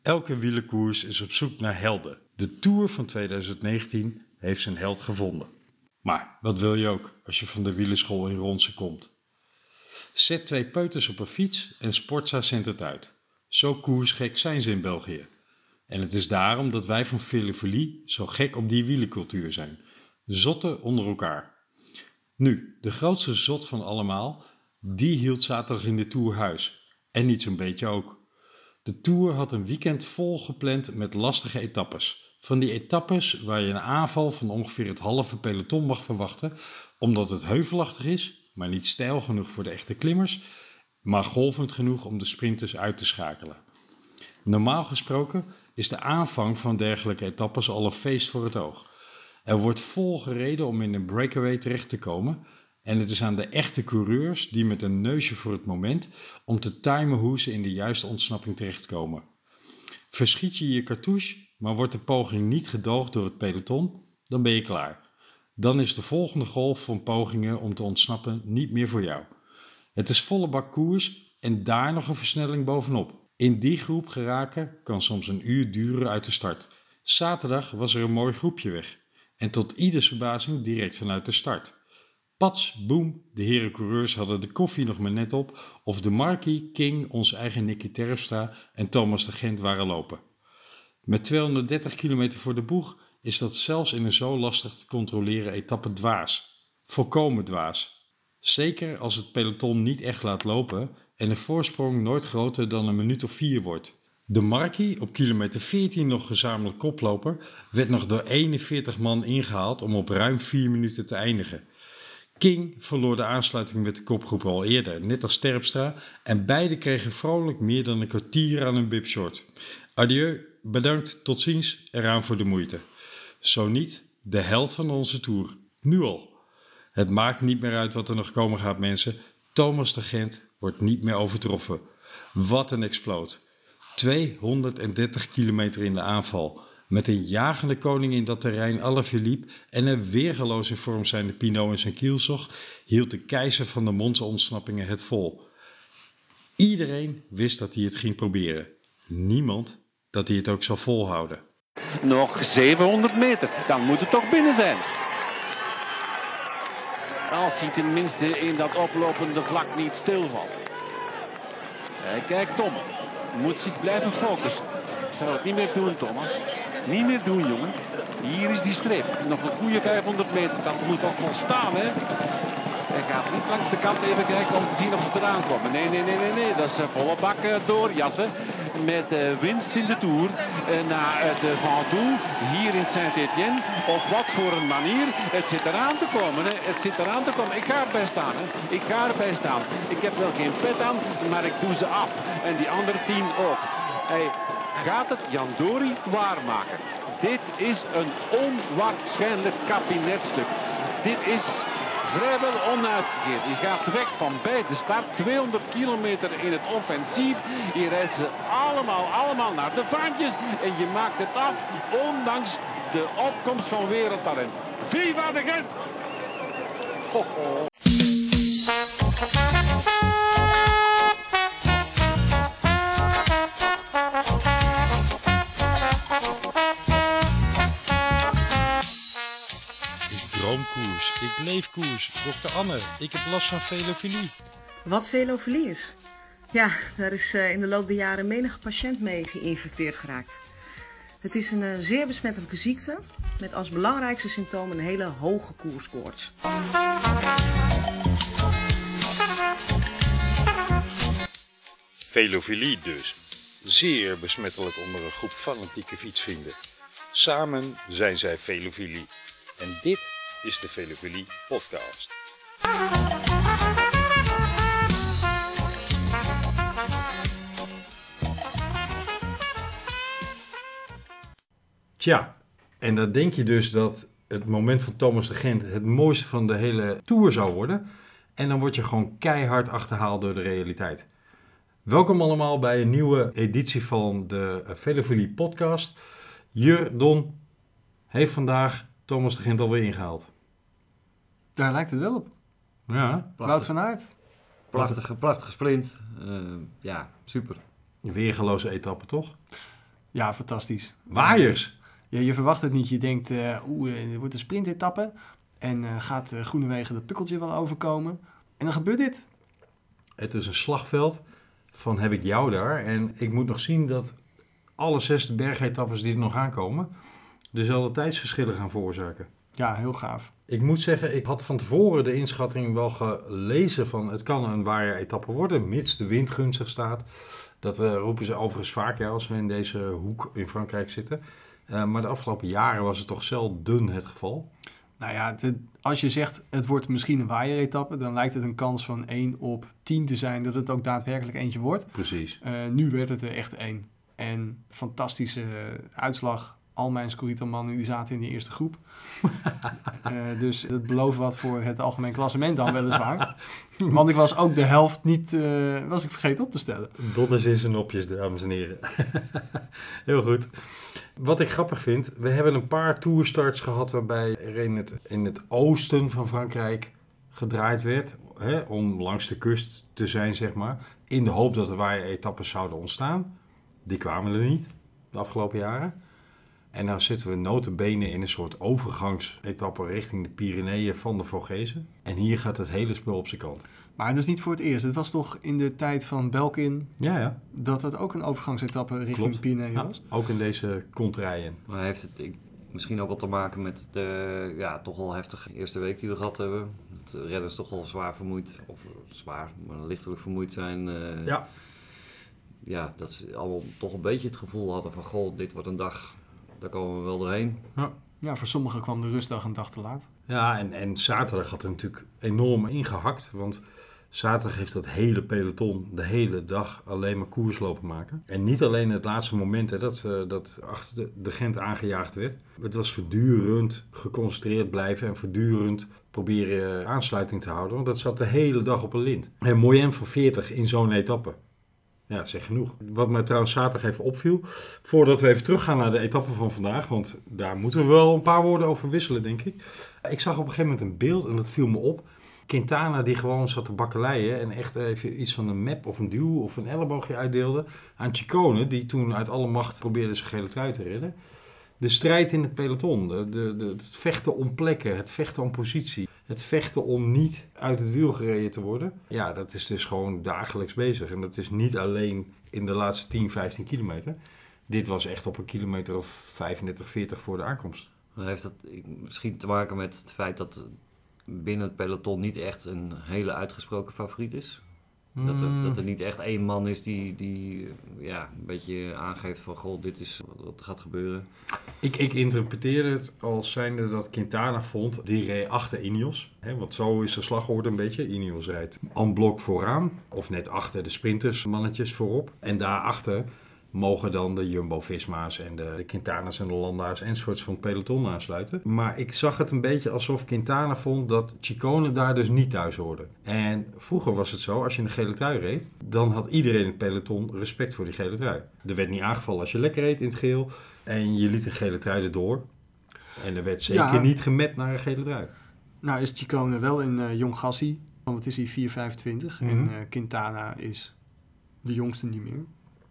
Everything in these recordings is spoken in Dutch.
Elke wielerkoers is op zoek naar helden. De Tour van 2019 heeft zijn held gevonden. Maar wat wil je ook als je van de wielerschool in Ronsen komt? Zet 2 peuters op een fiets en Sportza zendt het uit. Zo koersgek zijn ze in België. En het is daarom dat wij van Velofilie zo gek op die wielercultuur zijn. Zotten onder elkaar. Nu, de grootste zot van allemaal, die hield zaterdag in de Tour huis. En niet zo'n beetje ook. De Tour had een weekend vol gepland met lastige etappes. Van die etappes waar je een aanval van ongeveer het halve peloton mag verwachten, omdat het heuvelachtig is, maar niet steil genoeg voor de echte klimmers, maar golvend genoeg om de sprinters uit te schakelen. Normaal gesproken is de aanvang van dergelijke etappes al een feest voor het oog. Er wordt vol gereden om in een breakaway terecht te komen en het is aan de echte coureurs die met een neusje voor het moment om te timen hoe ze in de juiste ontsnapping terechtkomen. Verschiet je je cartouche, maar wordt de poging niet gedoogd door het peloton, dan ben je klaar. Dan is de volgende golf van pogingen om te ontsnappen niet meer voor jou. Het is volle bak koers en daar nog een versnelling bovenop. In die groep geraken kan soms een uur duren uit de start. Zaterdag was er een mooi groepje weg. En tot ieders verbazing direct vanuit de start. Pats, boem, de heren coureurs hadden de koffie nog maar net op of de Marquis, King, onze eigen Nicky Terpstra en Thomas de Gent waren lopen. Met 230 kilometer voor de boeg is dat zelfs in een zo lastig te controleren etappe dwaas. Volkomen dwaas. Zeker als het peloton niet echt laat lopen en de voorsprong nooit groter dan een minuut of 4 wordt. De Marquis, op kilometer 14 nog gezamenlijk koploper, werd nog door 41 man ingehaald om op ruim 4 minuten te eindigen. King verloor de aansluiting met de kopgroep al eerder, net als Terpstra, en beide kregen vrolijk meer dan een kwartier aan hun bibshort. Adieu, bedankt, tot ziens, eraan voor de moeite. Zo niet, de held van onze Tour. Nu al. Het maakt niet meer uit wat er nog komen gaat, mensen. Thomas de Gent wordt niet meer overtroffen. Wat een exploot. 230 kilometer in de aanval. Met een jagende koning in dat terrein Alaphilippe en een weergeloos in vorm zijnde Pinot en zijn kielzog hield de keizer van de Monza-ontsnappingen het vol. Iedereen wist dat hij het ging proberen. Niemand dat hij het ook zou volhouden. Nog 700 meter, dan moet het toch binnen zijn. Als hij tenminste in dat oplopende vlak niet stilvalt. Kijk, Thomas moet zich blijven focussen. Ik zou het niet meer doen, Thomas. Niet meer doen, jongen. Hier is die streep. Nog een goede 500 meter. Dat moet toch wel staan, hè? Hij gaat niet langs de kant even kijken om te zien of ze eraan komen. Nee. Dat is volle bak doorjassen. Met winst in de Tour. Na de Ventoux hier in Saint-Étienne. Op wat voor een manier. Het zit eraan te komen. Hè. Het zit eraan te komen. Ik ga erbij staan. Hè. Ik ga erbij staan. Ik heb wel geen pet aan, maar ik doe ze af. En die andere 10 ook. Hij gaat het Jan Dori waarmaken. Dit is een onwaarschijnlijk kabinetstuk. Dit is vrijwel onuitgegeven. Je gaat weg van bij de start. 200 kilometer in het offensief. Je rijdt ze allemaal naar de vaantjes. En je maakt het af, ondanks de opkomst van wereldtalent. Viva de Gent! Ho, ho. Droomkoers, ik leef koers, dokter Anne, ik heb last van velofilie. Wat velofilie is? Ja, daar is in de loop der jaren menige patiënt mee geïnfecteerd geraakt. Het is een zeer besmettelijke ziekte met als belangrijkste symptoom een hele hoge koerskoorts. Velofilie dus. Zeer besmettelijk onder een groep fanatieke fietsvrienden. Samen zijn zij Velofilie. En dit is de Velofilie podcast. Tja, en dan denk je dus dat het moment van Thomas de Gent het mooiste van de hele Tour zou worden. En dan word je gewoon keihard achterhaald door de realiteit. Welkom allemaal bij een nieuwe editie van de Velofilie podcast. Jur, Don, heeft vandaag Thomas de Gent alweer ingehaald. Daar lijkt het wel op. Ja. Wout van Aert. Prachtige sprint. Ja, super. Weergeloze etappe, toch? Ja, fantastisch. Waaiers. Ja, je verwacht het niet. Je denkt, er wordt een sprintetappe. En gaat Groenewegen dat pukkeltje wel overkomen. En dan gebeurt dit. Het is een slagveld van heb ik jou daar. En ik moet nog zien dat alle 6 bergetappes die er nog aankomen dezelfde tijdsverschillen gaan veroorzaken. Ja, heel gaaf. Ik moet zeggen, ik had van tevoren de inschatting wel gelezen van het kan een waaieretappe worden, mits de wind gunstig staat. Dat roepen ze overigens vaak als we in deze hoek in Frankrijk zitten. Maar de afgelopen jaren was het toch zelden het geval. Nou ja, als je zegt het wordt misschien een waaieretappe, dan lijkt het een kans van 1 op 10 te zijn dat het ook daadwerkelijk eentje wordt. Precies. Nu werd het er echt 1. En fantastische uitslag. Al mijn Scorito-mannen die zaten in de eerste groep. Dus het belooft wat voor het algemeen klassement dan weliswaar. Want ik was ook de helft niet was ik vergeten op te stellen. Donners in zijn nopjes, dames en heren. Heel goed. Wat ik grappig vind, we hebben een paar tourstarts gehad waarbij er in het oosten van Frankrijk gedraaid werd. Om langs de kust te zijn, zeg maar. In de hoop dat er waaieretappes zouden ontstaan. Die kwamen er niet de afgelopen jaren. En dan zitten we nota bene in een soort overgangsetappe richting de Pyreneeën van de Vogezen. En hier gaat het hele spul op zijn kant. Maar dat is niet voor het eerst. Het was toch in de tijd van Belkin Ja. dat het ook een overgangsetappe richting Klopt. de Pyreneeën was? Ook in deze kontrijen. Maar heeft het misschien ook wat te maken met de toch wel heftige eerste week die we gehad hebben. Dat de renners toch wel zwaar vermoeid, of zwaar, maar lichtelijk vermoeid zijn. Ja, dat ze allemaal toch een beetje het gevoel hadden van goh, dit wordt een dag, daar komen we wel doorheen. Ja, voor sommigen kwam de rustdag een dag te laat. Ja, en zaterdag had er natuurlijk enorm ingehakt. Want zaterdag heeft dat hele peloton de hele dag alleen maar koers lopen maken. En niet alleen het laatste moment dat achter de Gent aangejaagd werd. Het was voortdurend geconcentreerd blijven en voortdurend proberen aansluiting te houden. Want dat zat de hele dag op een lint. En moyenne van 40 in zo'n etappe. Ja, zeg genoeg. Wat mij trouwens zaterdag even opviel, voordat we even teruggaan naar de etappe van vandaag, want daar moeten we wel een paar woorden over wisselen, denk ik. Ik zag op een gegeven moment een beeld en dat viel me op. Quintana die gewoon zat te bakkeleien en echt even iets van een map of een duw of een elleboogje uitdeelde aan Ciccone, die toen uit alle macht probeerde zijn gele trui te redden. De strijd in het peloton, het vechten om plekken, het vechten om positie, het vechten om niet uit het wiel gereden te worden. Ja, dat is dus gewoon dagelijks bezig. En dat is niet alleen in de laatste 10, 15 kilometer. Dit was echt op een kilometer of 35, 40 voor de aankomst. Dan heeft dat misschien te maken met het feit dat binnen het peloton niet echt een hele uitgesproken favoriet is. Dat er niet echt één man is die een beetje aangeeft van goh, dit is wat er gaat gebeuren. Ik interpreteer het als zijnde dat Quintana vond, die reed achter Ineos. Want zo is de slagorde een beetje. Ineos rijdt en blok vooraan, of net achter de sprinters, mannetjes voorop. En daarachter mogen dan de Jumbo-Visma's en de Quintana's en de Landa's enzovoorts van het peloton aansluiten. Maar ik zag het een beetje alsof Quintana vond dat Ciccone daar dus niet thuis hoorde. En vroeger was het zo, als je een gele trui reed, dan had iedereen in het peloton respect voor die gele trui. Er werd niet aangevallen als je lekker reed in het geel en je liet een gele trui erdoor. En er werd zeker niet gemapt naar een gele trui. Nou is Ciccone wel een jong gassie, want wat is hij, 4,25. En Quintana is de jongste niet meer.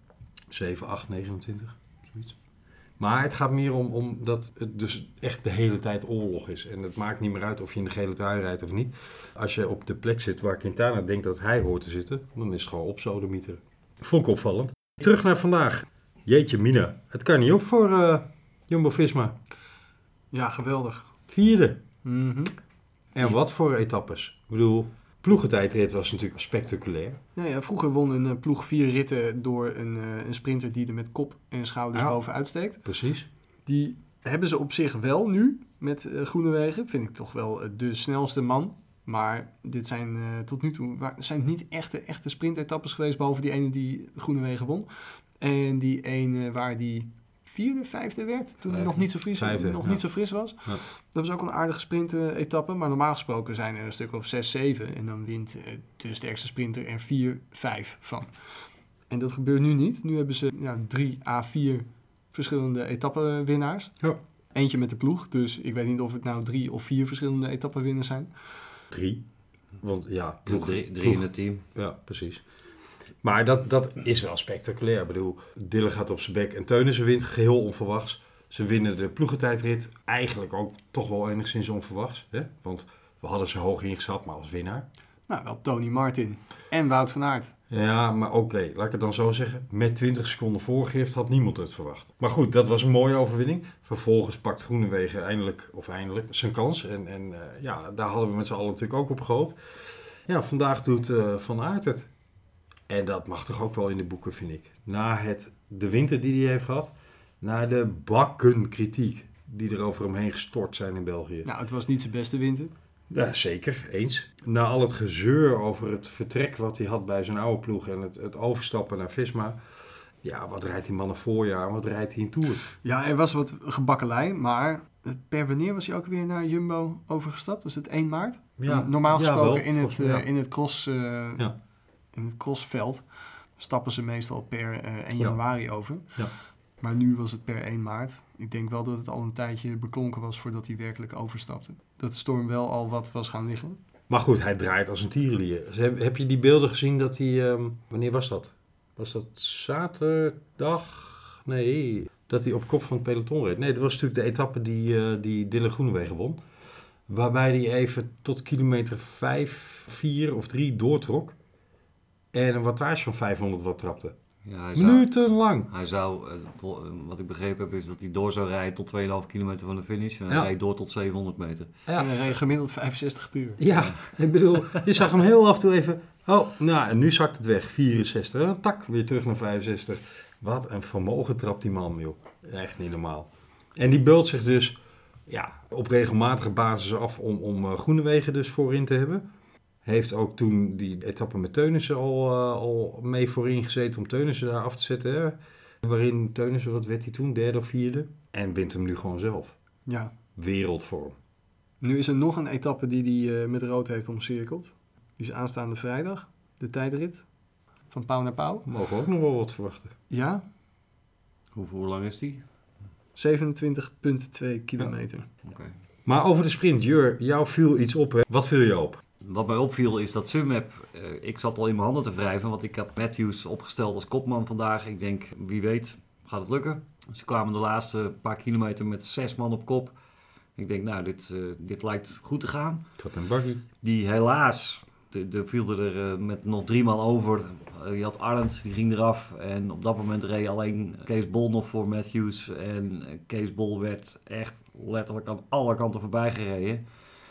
7, 8, 29, zoiets. Maar het gaat meer om dat het dus echt de hele tijd oorlog is. En het maakt niet meer uit of je in de gele trui rijdt of niet. Als je op de plek zit waar Quintana denkt dat hij hoort te zitten, dan is het gewoon opsodemieter. Vond ik opvallend. Terug naar vandaag. Jeetje mina, het kan niet op voor Jumbo-Visma. Ja, geweldig. 4e. Mm-hmm. En wat voor etappes. Ik bedoel, ploegentijdrit was natuurlijk spectaculair. Ja, vroeger won een ploeg 4 ritten door een sprinter die er met kop en schouders bovenuit steekt. Precies. Die hebben ze op zich wel nu met Groenewegen. Vind ik toch wel de snelste man. Maar dit zijn tot nu toe zijn niet echte sprintetappes geweest, behalve die ene die Groenewegen won. En die ene waar die 4e, 5e werd, toen hij nog niet zo fris was. Ja. Dat was ook een aardige sprint-etappe, maar normaal gesproken zijn er een stuk of 6, 7. En dan wint de sterkste sprinter er 4, 5 van. En dat gebeurt nu niet. Nu hebben ze 3 à 4 verschillende etappenwinnaars. Ja. Eentje met de ploeg, dus ik weet niet of het nou 3 of 4 verschillende etappenwinners zijn. 3. Want ja, ploeg in het team. Ja, precies. Maar dat is wel spectaculair. Ik bedoel, Dille gaat op zijn bek en Teunissen wint geheel onverwachts. Ze winnen de ploegentijdrit eigenlijk ook toch wel enigszins onverwachts. Hè? Want we hadden ze hoog ingeschat, maar als winnaar. Nou, wel Tony Martin en Wout van Aert. Ja, maar oké, laat ik het dan zo zeggen. Met 20 seconden voorgift had niemand het verwacht. Maar goed, dat was een mooie overwinning. Vervolgens pakt Groenewegen eindelijk zijn kans. En daar hadden we met z'n allen natuurlijk ook op gehoopt. Ja, vandaag doet Van Aert het. En dat mag toch ook wel in de boeken, vind ik. Na de winter die hij heeft gehad, na de bakken kritiek die er over hem heen gestort zijn in België. Nou, het was niet zijn beste winter. Ja, zeker, eens. Na al het gezeur over het vertrek wat hij had bij zijn oude ploeg en het overstappen naar Visma. Ja, wat rijdt die man een voorjaar en wat rijdt hij in Tour? Ja, er was wat gebakkelei, maar per wanneer was hij ook weer naar Jumbo overgestapt? Was het 1 maart? Ja, normaal gesproken wel, in het crossveld stappen ze meestal per 1 januari over. Ja. Maar nu was het per 1 maart. Ik denk wel dat het al een tijdje beklonken was voordat hij werkelijk overstapte. Dat de storm wel al wat was gaan liggen. Maar goed, hij draait als een tierenlier. Heb je die beelden gezien dat hij... wanneer was dat? Was dat zaterdag? Nee, dat hij op kop van het peloton reed. Nee, dat was natuurlijk de etappe die Dylan Groenewegen won. Waarbij hij even tot kilometer 5, 4 of 3 doortrok. En een wattage van 500 watt trapte. Ja, Minutenlang. Hij zou, wat ik begrepen heb, is dat hij door zou rijden tot 2,5 kilometer van de finish. En hij reed door tot 700 meter. Ja. En hij reed gemiddeld 65 per uur. Ja, ik bedoel, je zag hem heel af en toe even... Oh, nou, en nu zakt het weg. 64. En dan tak, weer terug naar 65. Wat een vermogen trapt die man, joh. Echt niet normaal. En die beult zich dus op regelmatige basis af om Groenewegen dus voorin te hebben. Heeft ook toen die etappe met Teunissen al mee voorin gezeten om Teunissen daar af te zetten. Hè? Waarin Teunissen, wat werd hij toen, 3e of 4e? En wint hem nu gewoon zelf. Ja. Wereldvorm. Nu is er nog een etappe die hij met rood heeft omcirkeld. Die is aanstaande vrijdag, de tijdrit. Van Pau naar Pau. Mogen we ook nog wel wat verwachten. Ja. Hoe lang is die? 27,2 kilometer. Okay. Maar over de sprint, Jur, jou viel iets op, hè? Wat viel je op? Wat mij opviel is dat Sunweb, ik zat al in mijn handen te wrijven, want ik had Matthews opgesteld als kopman vandaag. Ik denk, wie weet, gaat het lukken. Ze kwamen de laatste paar kilometer met 6 man op kop. Ik denk, nou, dit lijkt goed te gaan. Tot een buggy. Die helaas, er viel er met nog 3 man over. Je had Arndt, die ging eraf. En op dat moment reed alleen Kees Bol nog voor Matthews. En Kees Bol werd echt letterlijk aan alle kanten voorbij gereden.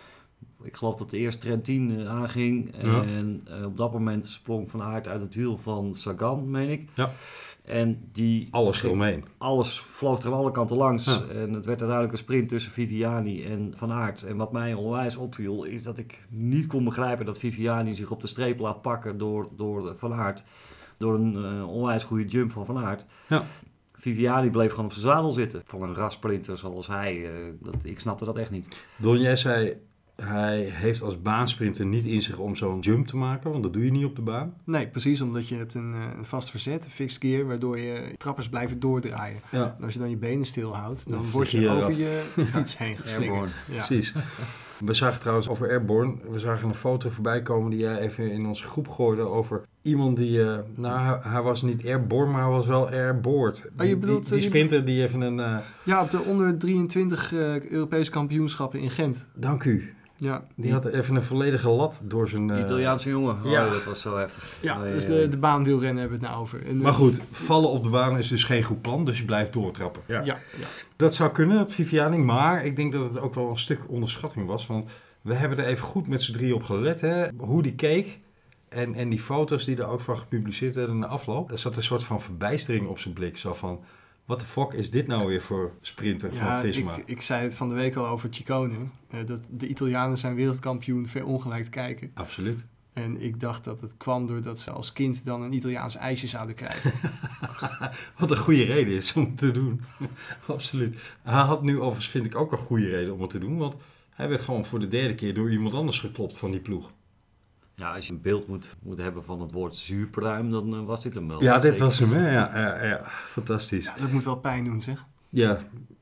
Ik geloof dat de eerste Trentin aanging. Ja. En op dat moment sprong Van Aert uit het wiel van Sagan, meen ik. Ja. En Alles eromheen. Alles vloog er aan alle kanten langs. Ja. En het werd uiteindelijk een sprint tussen Viviani en Van Aert. En wat mij onwijs opviel, is dat ik niet kon begrijpen dat Viviani zich op de streep laat pakken door Van Aert. Door een onwijs goede jump van Aert. Ja. Viviani bleef gewoon op zijn zadel zitten. Van een rasprinter zoals hij. Ik snapte dat echt niet. Don, jij zei, hij heeft als baansprinter niet in zich om zo'n jump te maken, want dat doe je niet op de baan. Nee, precies, omdat je hebt een vast verzet, een fixed gear, waardoor je trappers blijven doordraaien. Ja. En als je dan je benen stilhoudt, dan Dan word vlieg je je over eraf. je fiets heen geslingerd. Airborne. Ja. Precies. We zagen trouwens over Airborne, we zagen een foto voorbij komen die jij even in onze groep gooide over iemand die, hij was niet airborne, maar hij was wel airboard. Oh, je bedoelt, die sprinter die even een... Ja, op de onder 23 Europese kampioenschappen in Gent. Dank u. Ja, Die had even een volledige lat door zijn... Die Italiaanse jongen, ja. dat was zo heftig. ja dus de baanwielrennen hebben we het nou over. En, Maar goed, vallen op de baan is dus geen goed plan, dus je blijft doortrappen. Ja. Dat zou kunnen, het Viviani, maar ik denk dat het ook wel een stuk onderschatting was. Want we hebben er even goed met z'n 3 op gelet, hè, hoe die keek. En die foto's die er ook van gepubliceerd werden in de afloop. Er zat een soort van verbijstering op zijn blik. Zo van, what the fuck is dit nou weer voor sprinter van Visma? Ik zei het van de week al over Ciccone. Dat de Italianen zijn wereldkampioen verongelijkt kijken. Absoluut. En ik dacht dat het kwam doordat ze als kind dan een Italiaans ijsje zouden krijgen. Wat een goede reden is om het te doen. Absoluut. Hij had nu overigens, vind ik, ook een goede reden om het te doen. Want hij werd gewoon voor de 3e keer door iemand anders geklopt van die ploeg. Ja, als je een beeld moet hebben van het woord zuurpruim, dan was dit hem wel. Ja, dit Zeker. was hem, hè? Ja, fantastisch. Ja, dat moet wel pijn doen, zeg. Ja,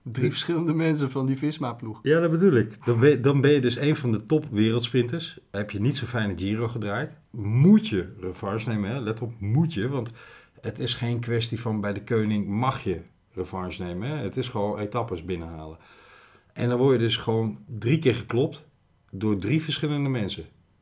3 verschillende mensen van die Visma-ploeg. Ja, dat bedoel ik. Dan ben je dus een van de top wereldsprinters. Heb je niet zo fijne Giro gedraaid. Moet je revanche nemen, hè? Let op, moet je. Want het is geen kwestie van bij de koning mag je revanche nemen. Hè? Het is gewoon etappes binnenhalen. En dan word je dus gewoon 3 keer geklopt door 3 verschillende mensen.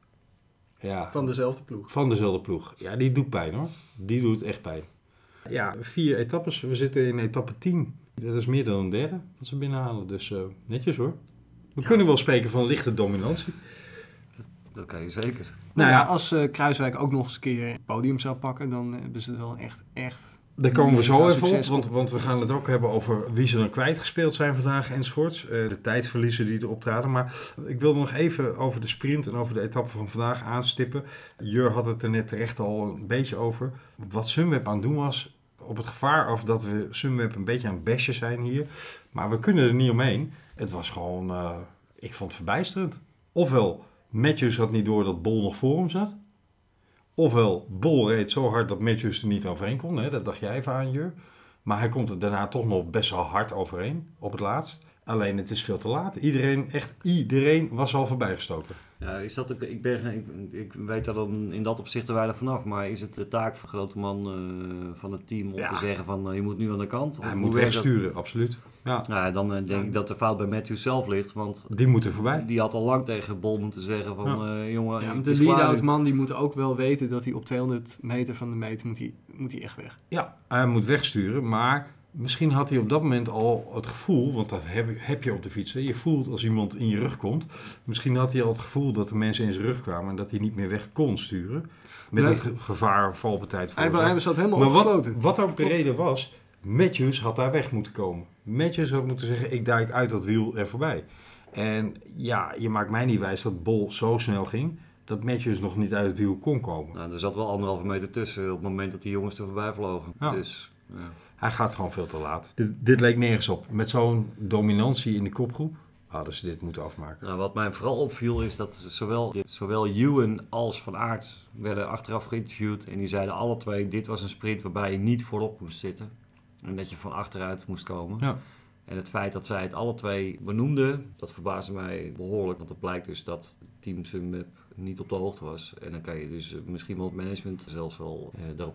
Ja, Van dezelfde ploeg. van dezelfde ploeg. Ja, die doet pijn hoor. Die doet echt pijn. Ja, 4 etappes. We zitten in etappe 10. Dat is meer dan een derde dat ze binnenhalen. Dus netjes hoor. We kunnen wel spreken van lichte dominantie. Dat kan je zeker. Nou ja, als Kruiswijk ook nog eens een keer het podium zou pakken, dan hebben ze het wel echt... Daar komen we zo mega even op, succesvol. want we gaan het ook hebben over wie ze dan kwijtgespeeld zijn vandaag enzovoorts. De tijdverliezen die erop traden. Maar ik wilde nog even over de sprint en over de etappe van vandaag aanstippen. Jur had het er net terecht al een beetje over. Wat Sunweb aan het doen was, op het gevaar af dat we Sunweb een beetje aan het bashen zijn hier. Maar we kunnen er niet omheen. Het was gewoon, ik vond het verbijsterend. Ofwel, Matthews had niet door dat Bol nog voor hem zat. Ofwel, Bol reed zo hard dat Matthews er niet overheen kon. Hè? Dat dacht jij even aan, Jur. Maar hij komt er daarna toch nog best wel hard overheen op het laatst. Alleen het is veel te laat. Iedereen was al voorbijgestoken. Ja, is dat, ik weet daar dan in dat opzicht te weinig vanaf. Maar is het de taak van grote man van het team om te zeggen van je moet nu aan de kant? Of Hij hoe moet werkt dat? wegsturen, absoluut. Ja. Nou, dan denk ik dat de fout bij Matthews zelf ligt. Want Die moeten voorbij. die had al lang tegen Bol moeten zeggen van jongen, Ja, het de is klaar. lead-out man die moet ook wel weten dat hij op 200 meter van de meet moet hij echt weg. Ja, hij moet wegsturen, maar misschien had hij op dat moment al het gevoel, want dat heb je op de fiets. Hè? Je voelt als iemand in je rug komt. Misschien had hij al het gevoel dat er mensen in zijn rug kwamen en dat hij niet meer weg kon sturen. Met Nee. het gevaar valpartij voor. Hij zat helemaal Maar opgesloten. wat ook de reden was, Matthews had daar weg moeten komen. Matthews had moeten zeggen, ik duik uit dat wiel er voorbij. En ja, je maakt mij niet wijs dat Bol zo snel ging, dat Matthews nog niet uit het wiel kon komen. Nou, er zat wel 1,5 meter tussen op het moment dat die jongens er voorbij vlogen. Ja. Dus, ja. Hij gaat gewoon veel te laat. Dit leek nergens op. Met zo'n dominantie in de kopgroep hadden ze dit moeten afmaken. Nou, wat mij vooral opviel is dat zowel Ewan als Van Aert werden achteraf geïnterviewd. En die zeiden alle twee, dit was een sprint waarbij je niet voorop moest zitten. En dat je van achteruit moest komen. Ja. En het feit dat zij het alle twee benoemden, dat verbaasde mij behoorlijk. Want het blijkt dus dat Team Sunweb niet op de hoogte was. En dan kan je dus misschien wel het management zelfs wel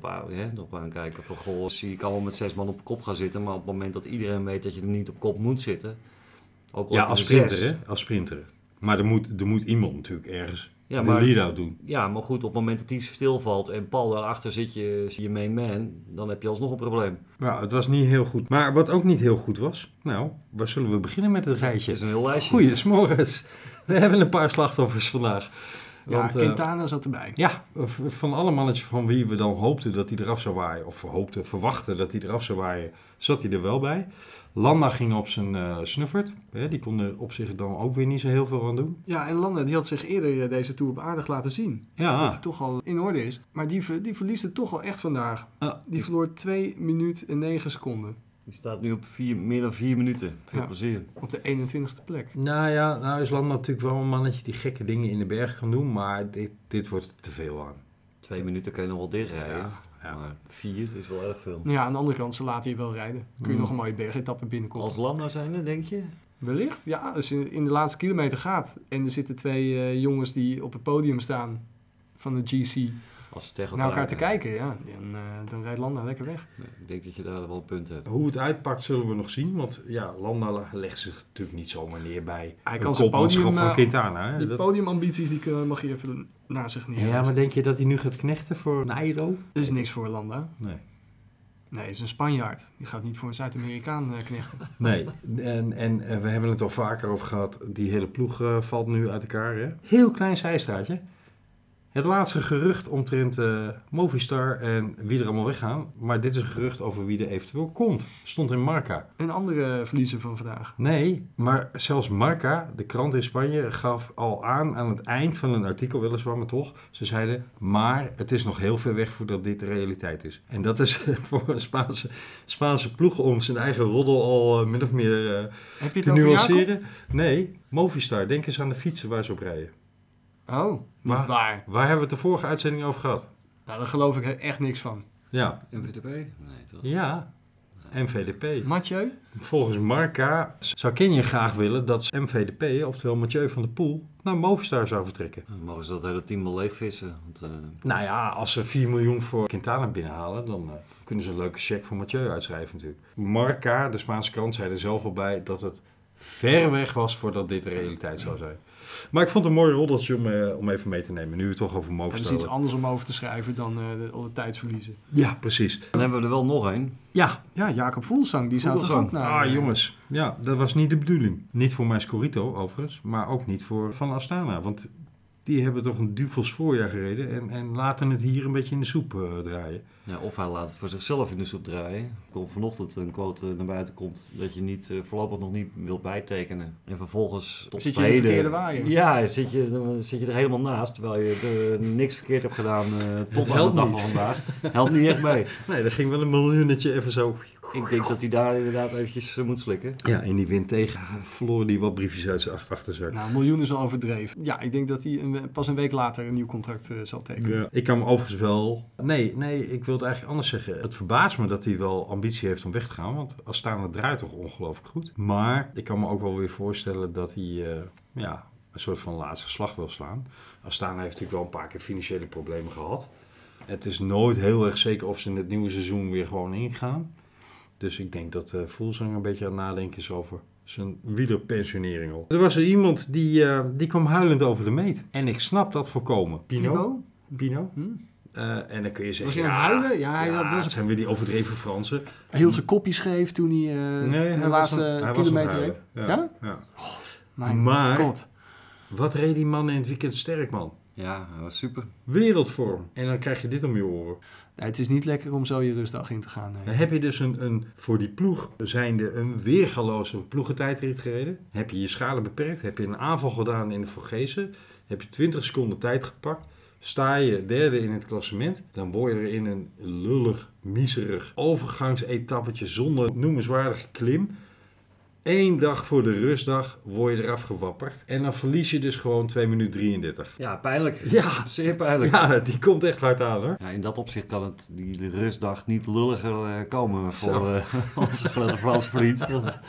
erop aankijken. Van goh, zie ik allemaal met 6 man op kop gaan zitten. Maar op het moment dat iedereen weet dat je er niet op kop moet zitten. Ook al Ja, heb je als er sprinter, 6. hè? Als sprinter. Maar er moet iemand natuurlijk ergens Ja, de maar- lead-out doen. Ja, maar goed, op het moment dat die stilvalt en Paul daarachter zit je main man, dan heb je alsnog een probleem. Nou, het was niet heel goed. Maar wat ook niet heel goed was, nou, waar zullen we beginnen met het rijtje? Het is een heel lijstje. Goeiemorgens. We hebben een paar slachtoffers vandaag. Ja, Want, Quintana zat erbij. ja, van alle mannetjes van wie we dan hoopten dat hij eraf zou waaien, of verwachten dat hij eraf zou waaien, zat hij er wel bij. Landa ging op zijn snuffert. Die kon er op zich dan ook weer niet zo heel veel aan doen. Ja, en Landa die had zich eerder deze Tour op aardig laten zien. Ja. Dat hij toch al in orde is. Maar die verliest het toch al echt vandaag. Ja. Die verloor 2 minuten en 9 seconden. Die staat nu op meer dan 4 minuten. Veel Ja. plezier. Op de 21ste plek. Nou is Landa natuurlijk wel een mannetje die gekke dingen in de berg kan doen, maar dit wordt te veel aan. 2 minuten kun je nog wel dichtrijden. Ja. Maar 4 is wel erg veel. Ja, aan de andere kant, ze laten je wel rijden. Kun je nog een mooie bergetappe binnenkomen. Als Landa zijnde, denk je? Wellicht, ja. Als je in de laatste kilometer gaat en er zitten 2 jongens die op het podium staan van de GC Als ze tegen naar elkaar te rijden. kijken, ja, dan rijdt Landa lekker weg. Nee, ik denk dat je daar wel een punt hebt. Hoe het uitpakt zullen we nog zien, want ja, Landa legt zich natuurlijk niet zomaar neer bij Hij een kan zijn kopmanschap podium, van Quintana. Hè? De Dat- podiumambities die mag je even naast zich neer. Ja, maar denk je dat hij nu gaat knechten voor Nairo? Er is niks voor Landa. Nee. Nee, het is een Spanjaard. Die gaat niet voor een Zuid-Amerikaan knechten. Nee, en we hebben het al vaker over gehad. Die hele ploeg valt nu uit elkaar. Hè? Heel klein zijstraatje. Het laatste gerucht omtrent Movistar en wie er allemaal weggaan. Maar dit is een gerucht over wie er eventueel komt. Stond in Marca. Een andere verliezer van vandaag. Nee, maar zelfs Marca, de krant in Spanje, gaf al aan het eind van een artikel, weliswaar, maar toch. Ze zeiden, maar het is nog heel ver weg voordat dit de realiteit is. En dat is voor een Spaanse ploeg om zijn eigen roddel al min of meer Heb je het te over nuanceren. Nee, Movistar, denk eens aan de fietsen waar ze op rijden. Oh, niet waar. Waar hebben we het de vorige uitzending over gehad? Nou, daar geloof ik echt niks van. Ja. MVTP? Nee, toch? Ja. MVDP. Mathieu? Volgens Marca zou Canyon graag willen dat MVDP, oftewel Mathieu van der Poel, naar Movistar zou vertrekken. Dan mogen ze dat hele team wel leegvissen. Want, Nou ja, als ze 4 miljoen voor Quintana binnenhalen, dan kunnen ze een leuke cheque voor Mathieu uitschrijven natuurlijk. Marca, de Spaanse krant, zei er zelf al bij dat het ver weg was voordat dit de realiteit zou zijn. Maar ik vond het een mooi roddeltje om even mee te nemen. Nu we het toch over Dat Movistar. is iets anders om over te schrijven dan de tijdsverliezen. Ja, precies. dan hebben we er wel nog één. Ja. Ja, Jacob Voelsang, die zou toch ook naar... Jongens. Ja, dat was niet de bedoeling. Niet voor mijn Scorito overigens, maar ook niet voor Van Astana. Want die hebben toch een duvels voorjaar gereden en laten het hier een beetje in de soep draaien. Ja, of hij laat het voor zichzelf in de soep draaien. Er komt vanochtend een quote naar buiten komt dat je niet voorlopig nog niet wilt bijtekenen. En vervolgens tot Zit je in de verkeerde waaier? Ja, zit je er helemaal naast terwijl je er niks verkeerd hebt gedaan tot aan helpt de dag niet. van vandaag. Helpt niet echt mee. Nee, er ging wel een miljoenetje even zo. Ik denk dat hij daar inderdaad eventjes moet slikken. Ja, in die wind tegen verloor hij wat briefjes uit zijn achterzak. Nou, 1 miljoen is wel overdreven. Ja, ik denk dat hij pas een week later een nieuw contract zal tekenen. Ja. Ik kan me overigens wel... Nee, ik wil het eigenlijk anders zeggen. Het verbaast me dat hij wel ambitie heeft om weg te gaan. Want Astana draait toch ongelooflijk goed. Maar ik kan me ook wel weer voorstellen dat hij een soort van laatste slag wil slaan. Astana heeft natuurlijk wel een paar keer financiële problemen gehad. Het is nooit heel erg zeker of ze in het nieuwe seizoen weer gewoon ingaan. Dus ik denk dat Voelsang een beetje aan het nadenken is over zijn wielerpensionering al. Er was er iemand die kwam huilend over de meet. En ik snap dat volkomen. Pino? Pino? En dan kun je zeggen... Was hij aan het huilen? Ja, hij had wel het zijn weer die overdreven Fransen. Hij hield zijn kopje scheef toen hij de laatste kilometer reed. Ja? Maar God. wat reed die man in het weekend sterk, man? Ja, dat was super. Wereldvorm. En dan krijg je dit om je oren. Nee, het is niet lekker om zo je rustdag in te gaan. Nee. Dan heb je dus een voor die ploeg zijnde een weergaloze ploegentijdrit gereden. Heb je je schade beperkt. Heb je een aanval gedaan in de Vogezen. Heb je 20 seconden tijd gepakt. Sta je derde in het klassement. Dan word je er in een lullig, miserig overgangsetappetje zonder noemenswaardige klim. 1 dag voor de rustdag word je eraf gewapperd. En dan verlies je dus gewoon 2 minuten 33. Ja, pijnlijk. Ja. Zeer pijnlijk. Ja, die komt echt hard aan, hoor. Ja, in dat opzicht kan het die rustdag niet lulliger komen voor onze grote Franse vriend.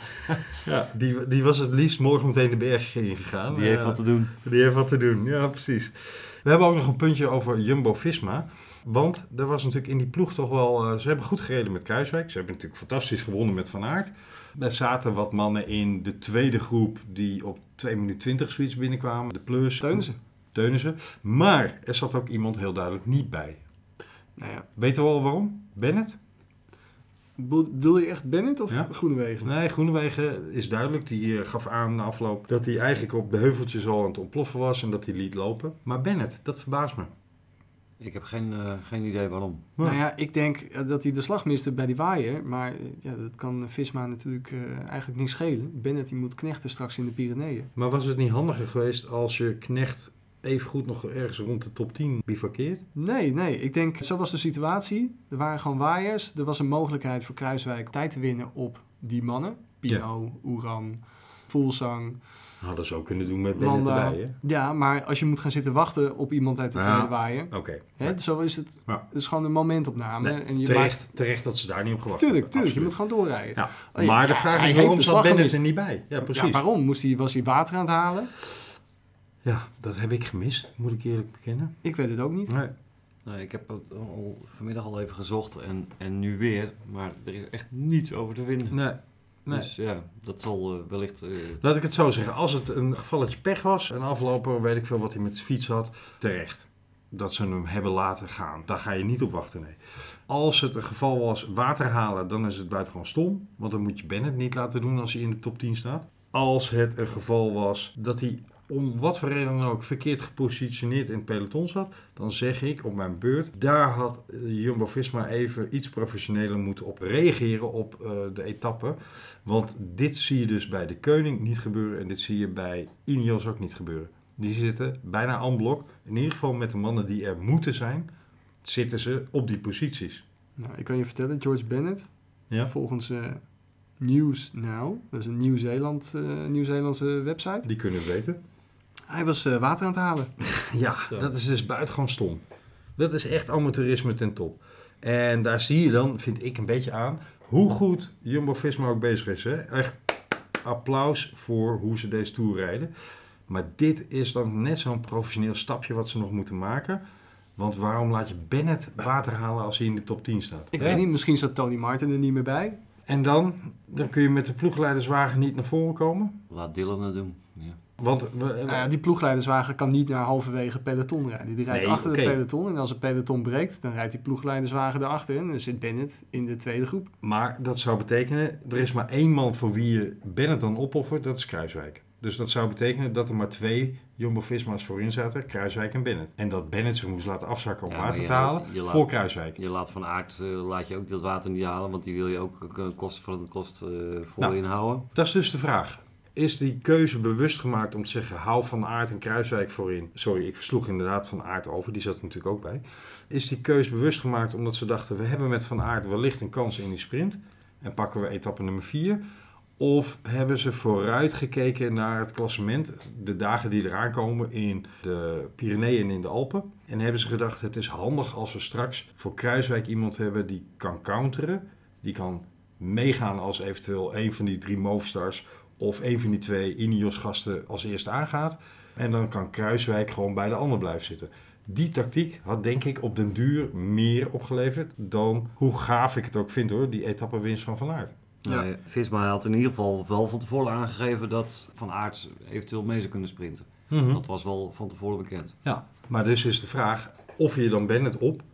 Ja, die was het liefst morgen meteen de berg ingegaan. Die heeft wat te doen. Die heeft wat te doen, ja precies. We hebben ook nog een puntje over Jumbo-Visma. Want er was natuurlijk in die ploeg toch wel... ze hebben goed gereden met Kruijswijk. Ze hebben natuurlijk fantastisch gewonnen met Van Aert. Er zaten wat mannen in de tweede groep die op 2 minuten 20 zoiets binnenkwamen. De plus. Teunissen. Maar er zat ook iemand heel duidelijk niet bij. Nou ja. Weten we al waarom? Bennett? Bedoel je echt Bennett of Groenewegen? Nee, Groenewegen is duidelijk. Die gaf aan na afloop dat hij eigenlijk op de heuveltjes al aan het ontploffen was en dat hij liet lopen. Maar Bennett, dat verbaast me. Ik heb geen idee waarom. Nou ja, ik denk dat hij de slag miste bij die waaier. Maar ja, dat kan Visma natuurlijk eigenlijk niet schelen. Bennett die moet knechten straks in de Pyreneeën. Maar was het niet handiger geweest als je Knecht even goed nog ergens rond de top 10 bivakkeert? Nee. Ik denk, zo was de situatie. Er waren gewoon waaiers. Er was een mogelijkheid voor Kruijswijk tijd te winnen op die mannen. Pino, Uran, Voelsang. Hadden ze ook kunnen doen met Bennett erbij, hè? Ja, maar als je moet gaan zitten wachten op iemand uit de tweede waaier. Oké. Zo is het. Ja. Het is gewoon een momentopname. Nee, en je terecht dat ze daar niet op gewacht Tuurlijk, hebben. je moet gewoon doorrijden. Ja. Maar de vraag is, hij waarom heeft de zat slag Bennett gemist. er niet bij? Ja, precies. Ja, waarom? Was hij water aan het halen? Ja, dat heb ik gemist, moet ik eerlijk bekennen. Ik weet het ook niet. Nee, ik heb vanmiddag al even gezocht en nu weer. Maar er is echt niets over te vinden. Nee. Dus ja, dat zal wellicht... Laat ik het zo zeggen. Als het een gevalletje pech was, een afloper, weet ik veel wat hij met zijn fiets had, terecht. Dat ze hem hebben laten gaan. Daar ga je niet op wachten, nee. Als het een geval was water halen, dan is het buitengewoon stom. Want dan moet je Bennett niet laten doen als hij in de top 10 staat. Als het een geval was dat hij om wat voor reden dan ook verkeerd gepositioneerd in het peloton zat, dan zeg ik op mijn beurt, daar had Jumbo-Visma even iets professioneler moeten op reageren op de etappe. Want dit zie je dus bij de Koning niet gebeuren en dit zie je bij Ineos ook niet gebeuren. Die zitten bijna en blok, in ieder geval met de mannen die er moeten zijn, zitten ze op die posities. Nou, ik kan je vertellen, George Bennett, volgens News Now, dat is een Nieuw-Zeelandse website. Die kunnen we weten. Hij was water aan het halen. Ja, dat is dus buitengewoon stom. Dat is echt amateurisme ten top. En daar zie je dan, vind ik, een beetje aan Hoe goed Jumbo-Visma ook bezig is. Hè? Echt applaus voor hoe ze deze Tour rijden. Maar dit is dan net zo'n professioneel stapje wat ze nog moeten maken. Want waarom laat je Bennett water halen als hij in de top 10 staat? Ik weet niet, misschien zat Tony Martin er niet meer bij. En dan kun je met de ploegleiderswagen niet naar voren komen. Laat Dylan het doen. Ja. Want Die ploegleiderswagen kan niet naar halverwege peloton rijden. Die rijdt achter de peloton. En als het peloton breekt, dan rijdt die ploegleiderswagen erachter. En dan zit Bennett in de tweede groep. Maar dat zou betekenen, er is maar 1 man voor wie je Bennett dan opoffert, dat is Kruijswijk. Dus dat zou betekenen dat er maar 2 Jumbo-Visma's voorin zaten, Kruijswijk en Bennett. En dat Bennett zich moest laten afzakken om water te halen voor Kruijswijk. Je laat Van Aert laat je ook dat water niet halen, want die wil je ook kosten van de kost vol inhouden. Dat is dus de vraag. Is die keuze bewust gemaakt om te zeggen, hou Van Aert en Kruijswijk voorin? Sorry, ik versloeg inderdaad Van Aert over, die zat er natuurlijk ook bij. Is die keuze bewust gemaakt omdat ze dachten, we hebben met Van Aert wellicht een kans in die sprint en pakken we etappe nummer 4? Of hebben ze vooruit gekeken naar het klassement, de dagen die eraan komen in de Pyreneeën en in de Alpen? En hebben ze gedacht, het is handig als we straks voor Kruijswijk iemand hebben die kan counteren, die kan meegaan als eventueel een van die 3 Movistars of een van die 2 Ineos-gasten als eerste aangaat. En dan kan Kruijswijk gewoon bij de ander blijven zitten. Die tactiek had denk ik op den duur meer opgeleverd dan hoe gaaf ik het ook vind hoor, die etappewinst van Van Aert. Ja. Visma had in ieder geval wel van tevoren aangegeven dat Van Aert eventueel mee zou kunnen sprinten. Mm-hmm. Dat was wel van tevoren bekend. Ja, maar dus is de vraag, offer je dan Bennett op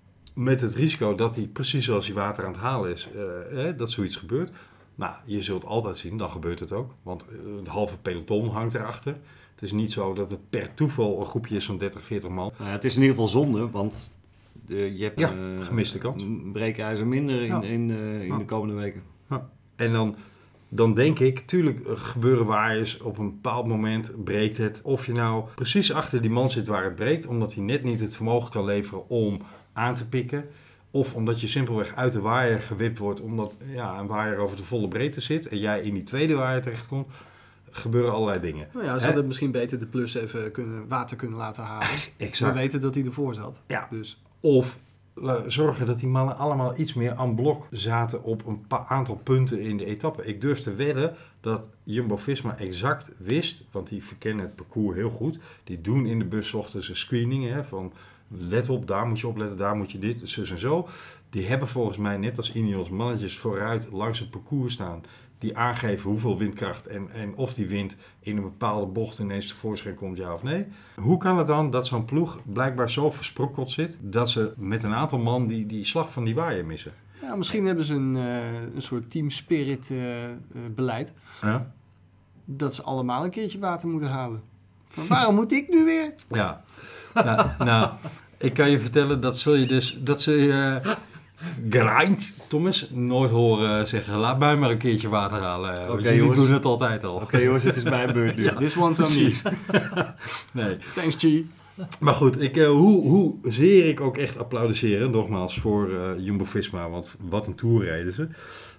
met het risico dat hij precies zoals hij water aan het halen is, dat zoiets gebeurt. Nou, je zult altijd zien, dan gebeurt het ook. Want het halve peloton hangt erachter. Het is niet zo dat het per toeval een groepje is van 30, 40 man. Nou ja, het is in ieder geval zonde, want je hebt gemiste kans. Breekijzer minder in de komende weken. Ja. En dan denk ik, tuurlijk gebeuren waaiers, op een bepaald moment breekt het. Of je nou precies achter die man zit waar het breekt, omdat hij net niet het vermogen kan leveren om aan te pikken. Of omdat je simpelweg uit de waaier gewipt wordt, omdat een waaier over de volle breedte zit en jij in die tweede waaier terechtkomt, gebeuren allerlei dingen. Nou ja, ze hadden misschien beter de plus even water kunnen laten halen. Exact. We weten dat hij ervoor zat. Ja. Dus. Of zorgen dat die mannen allemaal iets meer aan blok zaten op een aantal punten in de etappe. Ik durf te wedden dat Jumbo-Visma exact wist, want die verkennen het parcours heel goed. Die doen in de bus 's ochtends een screening van let op, daar moet je opletten, daar moet je dit, zus en zo. Die hebben volgens mij net als Ineos mannetjes vooruit langs het parcours staan die aangeven hoeveel windkracht en of die wind in een bepaalde bocht ineens tevoorschijn komt, ja of nee. Hoe kan het dan dat zo'n ploeg blijkbaar zo versprokkeld zit dat ze met een aantal man die slag van die waaier missen? Ja, misschien hebben ze een soort team spirit beleid. Ja? Dat ze allemaal een keertje water moeten halen. Van, waarom moet ik nu weer? Ja, nou, ik kan je vertellen, dat zul je Grind, Thomas, nooit horen zeggen, laat mij maar een keertje water halen. Oké, jullie doen het altijd al. Oké, jongens, het is mijn beurt nu. Ja, This one's on me. Nee. Thanks, G. Maar goed, hoe zeer ik ook echt applaudisseren, nogmaals, voor Jumbo-Visma, want wat een tour rijden ze.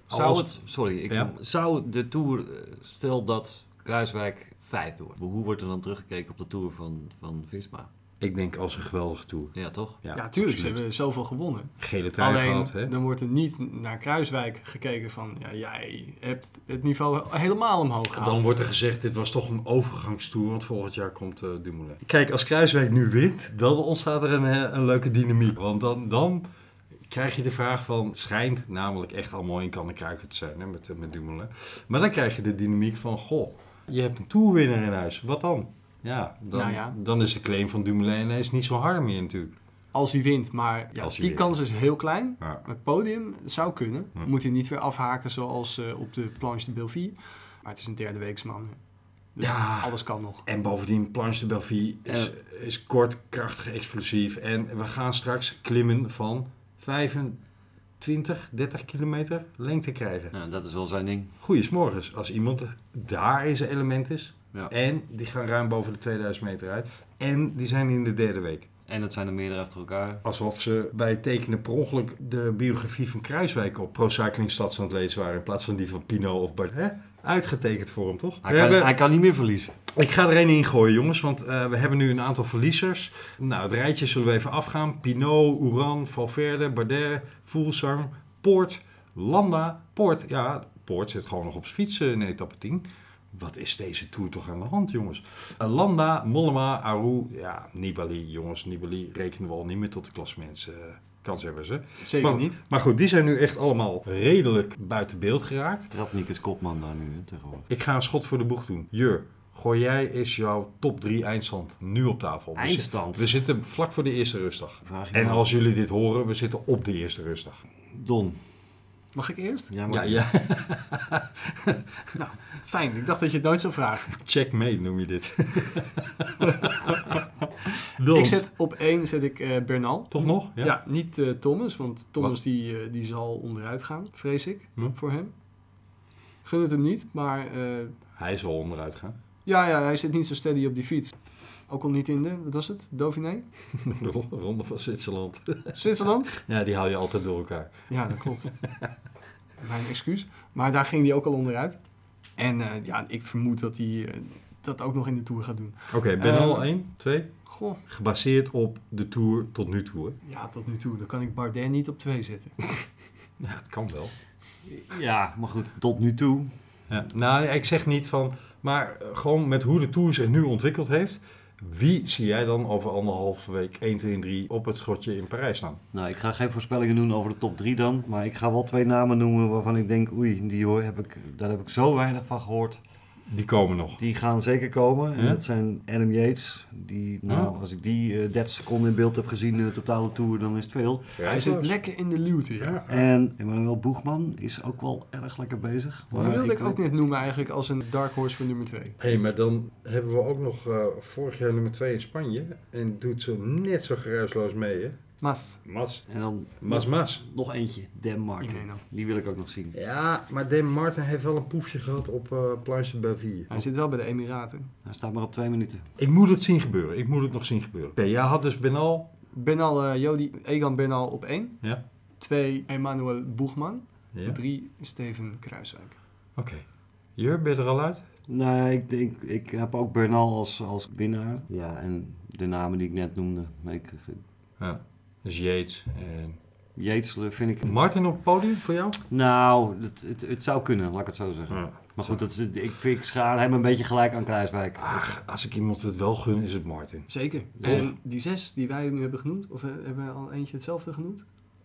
Zou de Tour, stel dat Kruijswijk 5 wordt, hoe wordt er dan teruggekeken op de Tour van Visma? Ik denk als een geweldige tour. Ja, toch? Ja, tuurlijk, ze hebben zoveel gewonnen. Gele trui Alleen, gehad, hè? dan wordt er niet naar Kruijswijk gekeken van, jij hebt het niveau helemaal omhoog gehaald. Dan wordt er gezegd, dit was toch een overgangstoer, want volgend jaar komt Dumoulin. Kijk, als Kruijswijk nu wint, dan ontstaat er een leuke dynamiek. Want dan krijg je de vraag van, het schijnt namelijk echt allemaal in kan en kruiken te zijn, hè, met Dumoulin. Maar dan krijg je de dynamiek van, goh, je hebt een toerwinnaar in huis, wat dan? Ja, dan is de claim van Dumoulin ineens niet zo hard meer natuurlijk. Als hij wint, maar die kans is heel klein. Ja. Het podium zou kunnen. Moet hij niet weer afhaken zoals op de Planche de Belleville. Maar het is een derde weeksman. Dus alles kan nog. En bovendien, Planche de Belleville is kort, krachtig, explosief. En we gaan straks klimmen van 25, 30 kilometer lengte krijgen. Ja, dat is wel zijn ding. Goeiesmorgens, als iemand daar in zijn element is. Ja. En die gaan ruim boven de 2000 meter uit. En die zijn in de derde week. En dat zijn er meerdere achter elkaar. Alsof ze bij het tekenen per ongeluk de biografie van Kruijswijk op Pro Cycling Stats aan het lezen waren. In plaats van die van Pinot of Bardet. Uitgetekend voor hem, toch? Hij kan niet meer verliezen. Ik ga er één in gooien, jongens. Want we hebben nu een aantal verliezers. Nou, het rijtje zullen we even afgaan. Pinot, Uran, Valverde, Bardet, Fuglsang, Poort, Landa, Poort. Ja, Poort zit gewoon nog op zijn fiets in etappe 10. Wat is deze Tour toch aan de hand, jongens? Landa, Mollema, Aru, ja, Nibali, jongens. Nibali rekenen we al niet meer tot de klassementskanshebbers, hè? Zeker niet. Maar goed, die zijn nu echt allemaal redelijk buiten beeld geraakt. Tratnik is kopman daar nu, hè, tegenwoordig. Ik ga een schot voor de boeg doen. Jur, gooi jij eens jouw top 3 eindstand nu op tafel. Eindstand? We zitten vlak voor de eerste rustdag. Vraag je En maar. als jullie dit horen, we zitten op de eerste rustdag. Don. Mag ik eerst? Ja, maar Ja. Nou, fijn. Ik dacht dat je het nooit zou vragen. Checkmate noem je dit. Don. Ik zet op 1 Bernal. Toch nog? Ja, niet Thomas, want Thomas die zal onderuit gaan, vrees ik, voor hem. Gun het hem niet, maar Hij is al onderuit gaan. ja, hij zit niet zo steady op die fiets. Ook al niet in de, wat was het, Dauphiné? De ronde van Zwitserland. Zwitserland? Ja, die hou je altijd door elkaar. Ja, dat klopt. Mijn excuus. Maar daar ging hij ook al onderuit. En ik vermoed dat hij dat ook nog in de Tour gaat doen. Oké, Bernal 1, 2. Goh, Gebaseerd op de Tour tot nu toe. Hè? ja, tot nu toe. Dan kan ik Bardet niet op 2 zetten. Ja, het kan wel. ja, maar goed, tot nu toe. Ja. Nou, ik zeg niet van... Maar gewoon met hoe de Tour zich nu ontwikkeld heeft... Wie zie jij dan over 1,5 week 1, 2 en 3 op het schotje in Parijs staan? Nou, ik ga geen voorspellingen doen over de top 3 dan. Maar ik ga wel 2 namen noemen waarvan ik denk... Oei, daar heb ik zo weinig van gehoord. Die komen nog. Die gaan zeker komen. En Ja? dat zijn Adam Yates. Die, als ik die 30 seconden in beeld heb gezien in de totale Tour, dan is het veel. Hij zit lekker in de luwte, ja. En Emmanuel Boegman is ook wel erg lekker bezig. Die wilde ik ook net noemen eigenlijk als een dark horse voor nummer 2. Hé, maar dan hebben we ook nog vorig jaar nummer 2 in Spanje. En doet ze net zo geruisloos mee, hè? Mas. En dan Mas. nog eentje, Dan Martin. Jimeno. Die wil ik ook nog zien. Ja, maar Dan Martin heeft wel een poefje gehad op Planche de Belleville. Hij zit wel bij de Emiraten. Hij staat maar op 2 minuten. Ik moet het zien gebeuren. Ik moet het nog zien gebeuren. Oké, jij had dus Bernal. Egan Bernal op 1. Ja. 2 Emmanuel Boegman. Ja. 3 Steven Kruiswijk. Oké. Jur, ben je er al uit? Nee, ik heb ook Bernal als winnaar. Ja, en de namen die ik net noemde. Ja. Dus Yates en... Yates vind ik... Martin op het podium voor jou? Nou, het zou kunnen, laat ik het zo zeggen. Ja. Maar goed, ik schaar hem een beetje gelijk aan Kruiswijk. Ach, als ik iemand het wel gun, is het Martin. Zeker. En die 6 die wij nu hebben genoemd, of hebben we al eentje hetzelfde genoemd?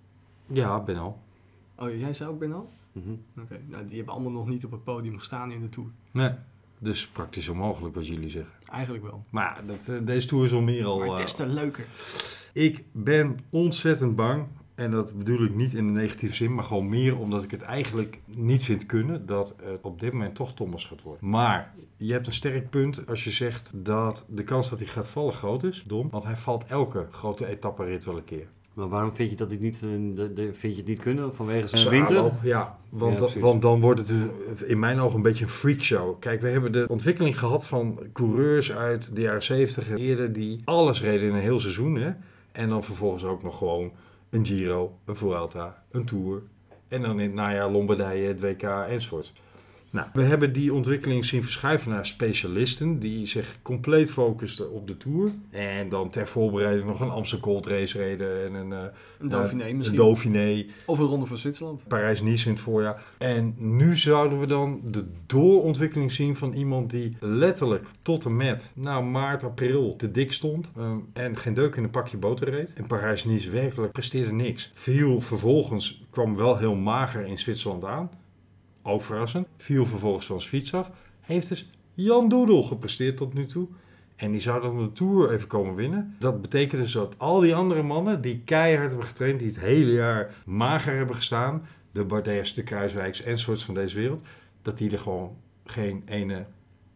Ja, Bernal. Oh, jij zei ook Bernal? Mhm. Oké, nou, die hebben allemaal nog niet op het podium gestaan in de Tour. Nee. Dus praktisch onmogelijk wat jullie zeggen. Eigenlijk wel. Maar deze Tour is al meer al... Maar des te leuker. Ik ben ontzettend bang, en dat bedoel ik niet in de negatieve zin, maar gewoon meer omdat ik het eigenlijk niet vind kunnen, dat het op dit moment toch Thomas gaat worden. Maar je hebt een sterk punt als je zegt dat de kans dat hij gaat vallen groot is, Dom. Want hij valt elke grote etapperit wel een keer. Maar waarom vind je dat hij niet, vind je het niet kunnen? Vanwege zijn winter? Ja, Ja, precies. want dan wordt het in mijn ogen een beetje een freakshow. Kijk, we hebben de ontwikkeling gehad van coureurs uit de jaren 70 en eerder die alles reden in een heel seizoen. Hè? En dan vervolgens ook nog gewoon een Giro, een Vuelta, een Tour. En dan in het najaar Lombardije, het WK enzovoort. Nou, we hebben die ontwikkeling zien verschuiven naar specialisten die zich compleet focusten op de Tour. En dan ter voorbereiding nog een Amstel Gold Race reden en Een Dauphiné misschien. Een Dauphiné. Of een ronde van Zwitserland. Parijs-Nice in het voorjaar. En nu zouden we dan de doorontwikkeling zien van iemand die letterlijk tot en met maart, april te dik stond. En geen deuk in een pakje boter reed. En Parijs-Nice werkelijk presteerde niks. Vervolgens kwam wel heel mager in Zwitserland aan. Ook verrassend. Viel vervolgens van zijn fiets af. Heeft dus Jan Doedel gepresteerd tot nu toe. En die zou dan de Tour even komen winnen. Dat betekent dus dat al die andere mannen die keihard hebben getraind, die het hele jaar mager hebben gestaan, de Bardets, de Kruiswijks enzovoorts van deze wereld, dat die er gewoon geen ene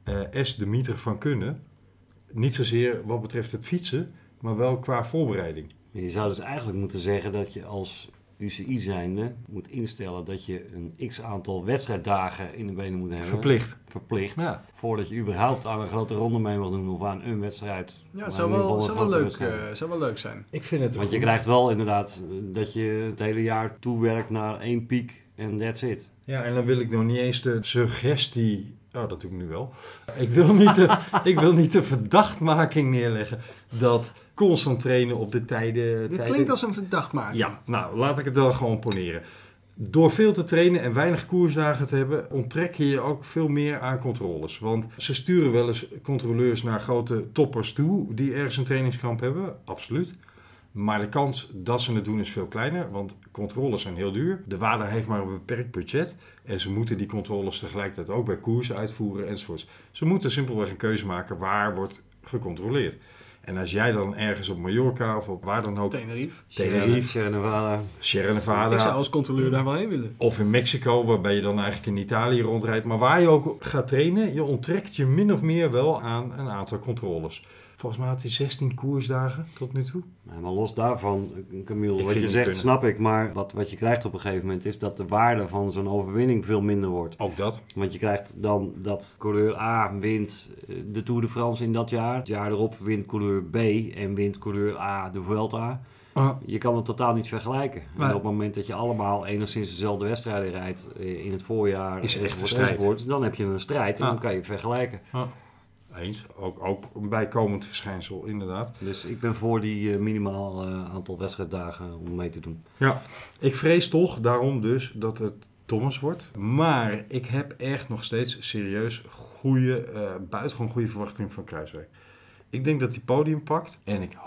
de mieter van kunnen. Niet zozeer wat betreft het fietsen, maar wel qua voorbereiding. Je zou dus eigenlijk moeten zeggen dat je als UCI zijnde moet instellen dat je een x-aantal wedstrijddagen in de benen moet hebben. Verplicht. Ja. Voordat je überhaupt aan een grote ronde mee mag doen of aan een wedstrijd. Ja, Maar zou in ieder geval een wel grote wedstrijd. zou wel leuk zijn. Ik vind het Want je krijgt wel inderdaad dat je het hele jaar toewerkt naar 1 piek en that's it. Ja, en dan wil ik nog niet eens de suggestie... Oh, dat doe ik nu wel. Ik wil niet de verdachtmaking neerleggen dat constant trainen op de tijden... Dit klinkt als een verdachtmaking. Ja, nou, laat ik het dan gewoon poneren. Door veel te trainen en weinig koersdagen te hebben, onttrek je je ook veel meer aan controles. Want ze sturen wel eens controleurs naar grote toppers toe die ergens een trainingskamp hebben. Absoluut. Maar de kans dat ze het doen is veel kleiner, want controles zijn heel duur. De WADA heeft maar een beperkt budget en ze moeten die controles tegelijkertijd ook bij koersen uitvoeren enzovoorts. Ze moeten simpelweg een keuze maken waar wordt gecontroleerd. En als jij dan ergens op Mallorca of op waar dan ook... Tenerife. Sierra Nevada. Ik zou als controleur daar wel heen willen. Of in Mexico, waarbij je dan eigenlijk in Italië rondrijdt. Maar waar je ook gaat trainen, je onttrekt je min of meer wel aan een aantal controles. Volgens mij had hij 16 koersdagen tot nu toe. Ja, maar los daarvan, Camille, wat je zegt kunnen. snap ik. Maar wat je krijgt op een gegeven moment is dat de waarde van zo'n overwinning veel minder wordt. Ook dat. Want je krijgt dan dat coureur A wint de Tour de France in dat jaar. Het jaar erop wint coureur B en wint coureur A de Vuelta. Je kan het totaal niet vergelijken. Nee. En op het moment dat je allemaal enigszins dezelfde wedstrijden rijdt in het voorjaar, Is echt een strijd. dan heb je een strijd en dan kan je vergelijken. Eens. Ook een bijkomend verschijnsel, inderdaad. Dus ik ben voor die minimaal aantal wedstrijddagen om mee te doen. Ja, ik vrees toch daarom dus dat het Thomas wordt. Maar ik heb echt nog steeds serieus buitengewoon goede verwachtingen van Kruijswijk. Ik denk dat hij podium pakt en ik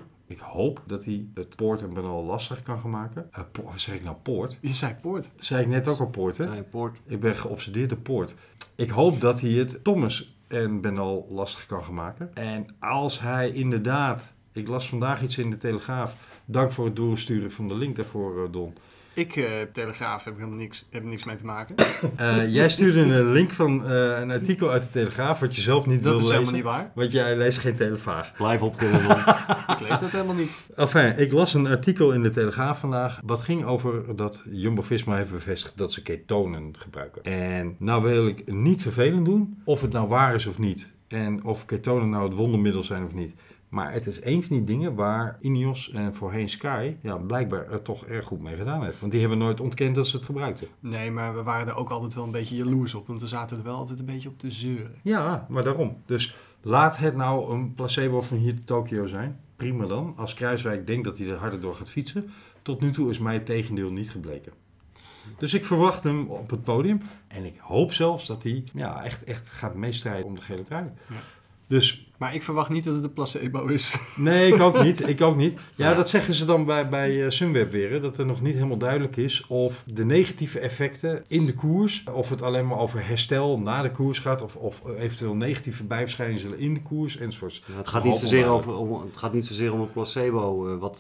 hoop dat hij het Poort en Bernal lastig kan gaan maken. Wat zeg ik nou, Poort? Je zei Poort. Zei ik net ook al Poort, hè? Ja, Poort. Ik ben geobsedeerd door Poort. Ik hoop dat hij het Thomas en Bernal lastig kan gaan maken. En als hij inderdaad... Ik las vandaag iets in de Telegraaf. Dank voor het doorsturen van de link daarvoor, Don. Telegraaf heb niks mee te maken. Jij stuurde een link van een artikel uit de Telegraaf... wat je zelf niet wilde lezen. Dat is helemaal niet waar. Want jij leest geen Telegraaf. Blijf optillen dan. Ik lees dat helemaal niet. Enfin, ik las een artikel in de Telegraaf vandaag... wat ging over dat Jumbo-Visma heeft bevestigd... dat ze ketonen gebruiken. En nou wil ik niet vervelend doen... of het nou waar is of niet. En of ketonen nou het wondermiddel zijn of niet... Maar het is een van die dingen waar Ineos en voorheen Sky blijkbaar er toch erg goed mee gedaan heeft. Want die hebben nooit ontkend dat ze het gebruikten. Nee, maar we waren er ook altijd wel een beetje jaloers op. Want we zaten er wel altijd een beetje op te zeuren. Ja, maar daarom. Dus laat het nou een placebo van hier te Tokio zijn. Prima dan. Als Kruijswijk denkt dat hij er harder door gaat fietsen. Tot nu toe is mij het tegendeel niet gebleken. Dus ik verwacht hem op het podium. En ik hoop zelfs dat hij echt gaat meestrijden om de gele trui. Ja. Dus... Maar ik verwacht niet dat het een placebo is. Nee, ik ook niet. Ja, dat zeggen ze dan bij Sunweb weer. Hè, dat er nog niet helemaal duidelijk is of de negatieve effecten in de koers... of het alleen maar over herstel na de koers gaat... of eventueel negatieve bijverschijnselen in de koers enzovoorts. Ja, het gaat niet zozeer om een placebo wat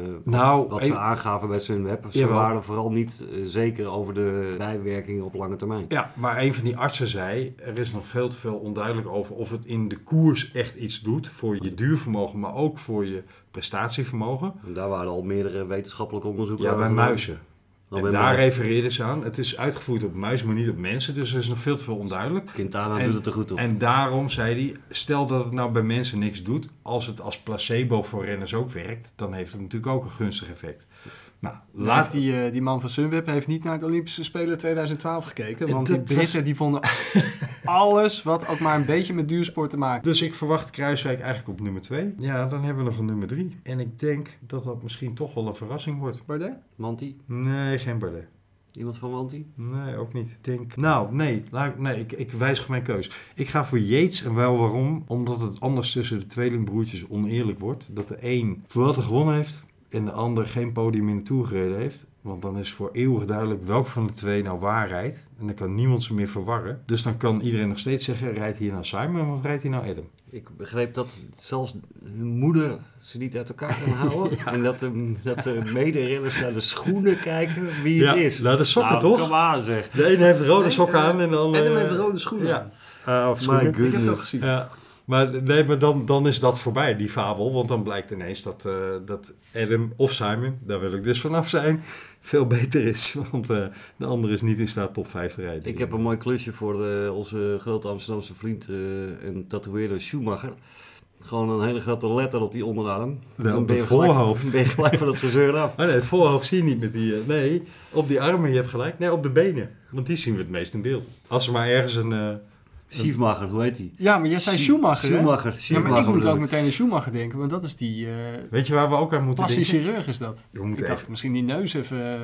ze aangaven bij Sunweb. Ze waren vooral niet zeker over de bijwerkingen op lange termijn. Ja, maar een van die artsen zei... er is nog veel te veel onduidelijk over of het in de koers echt iets doet voor je duurvermogen, maar ook voor je prestatievermogen. En daar waren al meerdere wetenschappelijke onderzoeken. Ja, bij muizen. En daar refereerden ze aan. Het is uitgevoerd op muizen, maar niet op mensen. Dus er is nog veel te veel onduidelijk. Quintana doet het er goed op. En daarom zei hij, stel dat het nou bij mensen niks doet. Als het als placebo voor renners ook werkt, dan heeft het natuurlijk ook een gunstig effect. Nou, die man van Sunweb heeft niet naar de Olympische Spelen 2012 gekeken. Want die Britten die vonden alles wat ook maar een beetje met duursport te maken. Dus ik verwacht Kruijswijk eigenlijk op nummer 2. Ja, dan hebben we nog een nummer 3. En ik denk dat dat misschien toch wel een verrassing wordt. Bardet? Manti? Nee, geen Bardet. Iemand van Manti? Nee, ook niet. Ik wijzig mijn keus. Ik ga voor Yates en wel waarom? Omdat het anders tussen de tweelingbroertjes oneerlijk wordt. Dat de een Vuelta gewonnen heeft... en de ander geen podium in de Tour gereden heeft. Want dan is voor eeuwig duidelijk welk van de twee nou waar rijdt. En dan kan niemand ze meer verwarren. Dus dan kan iedereen nog steeds zeggen, rijdt hier nou Simon of rijdt hier nou Adam? Ik begreep dat zelfs hun moeder ze niet uit elkaar kan houden. Ja. En dat de mederenners naar de schoenen kijken wie het is. Nou, de sokken toch? Kom aan zeg. De ene heeft rode sokken aan en de andere... En de heeft rode schoenen. Ja. Of schoenen. Ik heb het ook gezien. Ja. Maar dan is dat voorbij, die fabel. Want dan blijkt ineens dat Adam of Simon, daar wil ik dus vanaf zijn, veel beter is. Want de andere is niet in staat top 5 te rijden. Ik heb een mooi klusje voor onze grote Amsterdamse vriend en tatoeëerder Schumacher. Gewoon een hele grote letter op die onderarm. Op het voorhoofd. Ben je gelijk van het gezeur af. Nee, het voorhoofd zie je niet met die... nee, op die armen, je hebt gelijk. Nee, op de benen. Want die zien we het meest in beeld. Als er maar ergens een... Schiefmacher, hoe heet die? Ja, maar jij zei Schumacher, Schumacher. Ja, maar ik moet ook meteen aan Schumacher denken, want dat is die... Weet je waar we ook aan moeten denken? Plastisch chirurg is dat. Ik dacht misschien die neus even...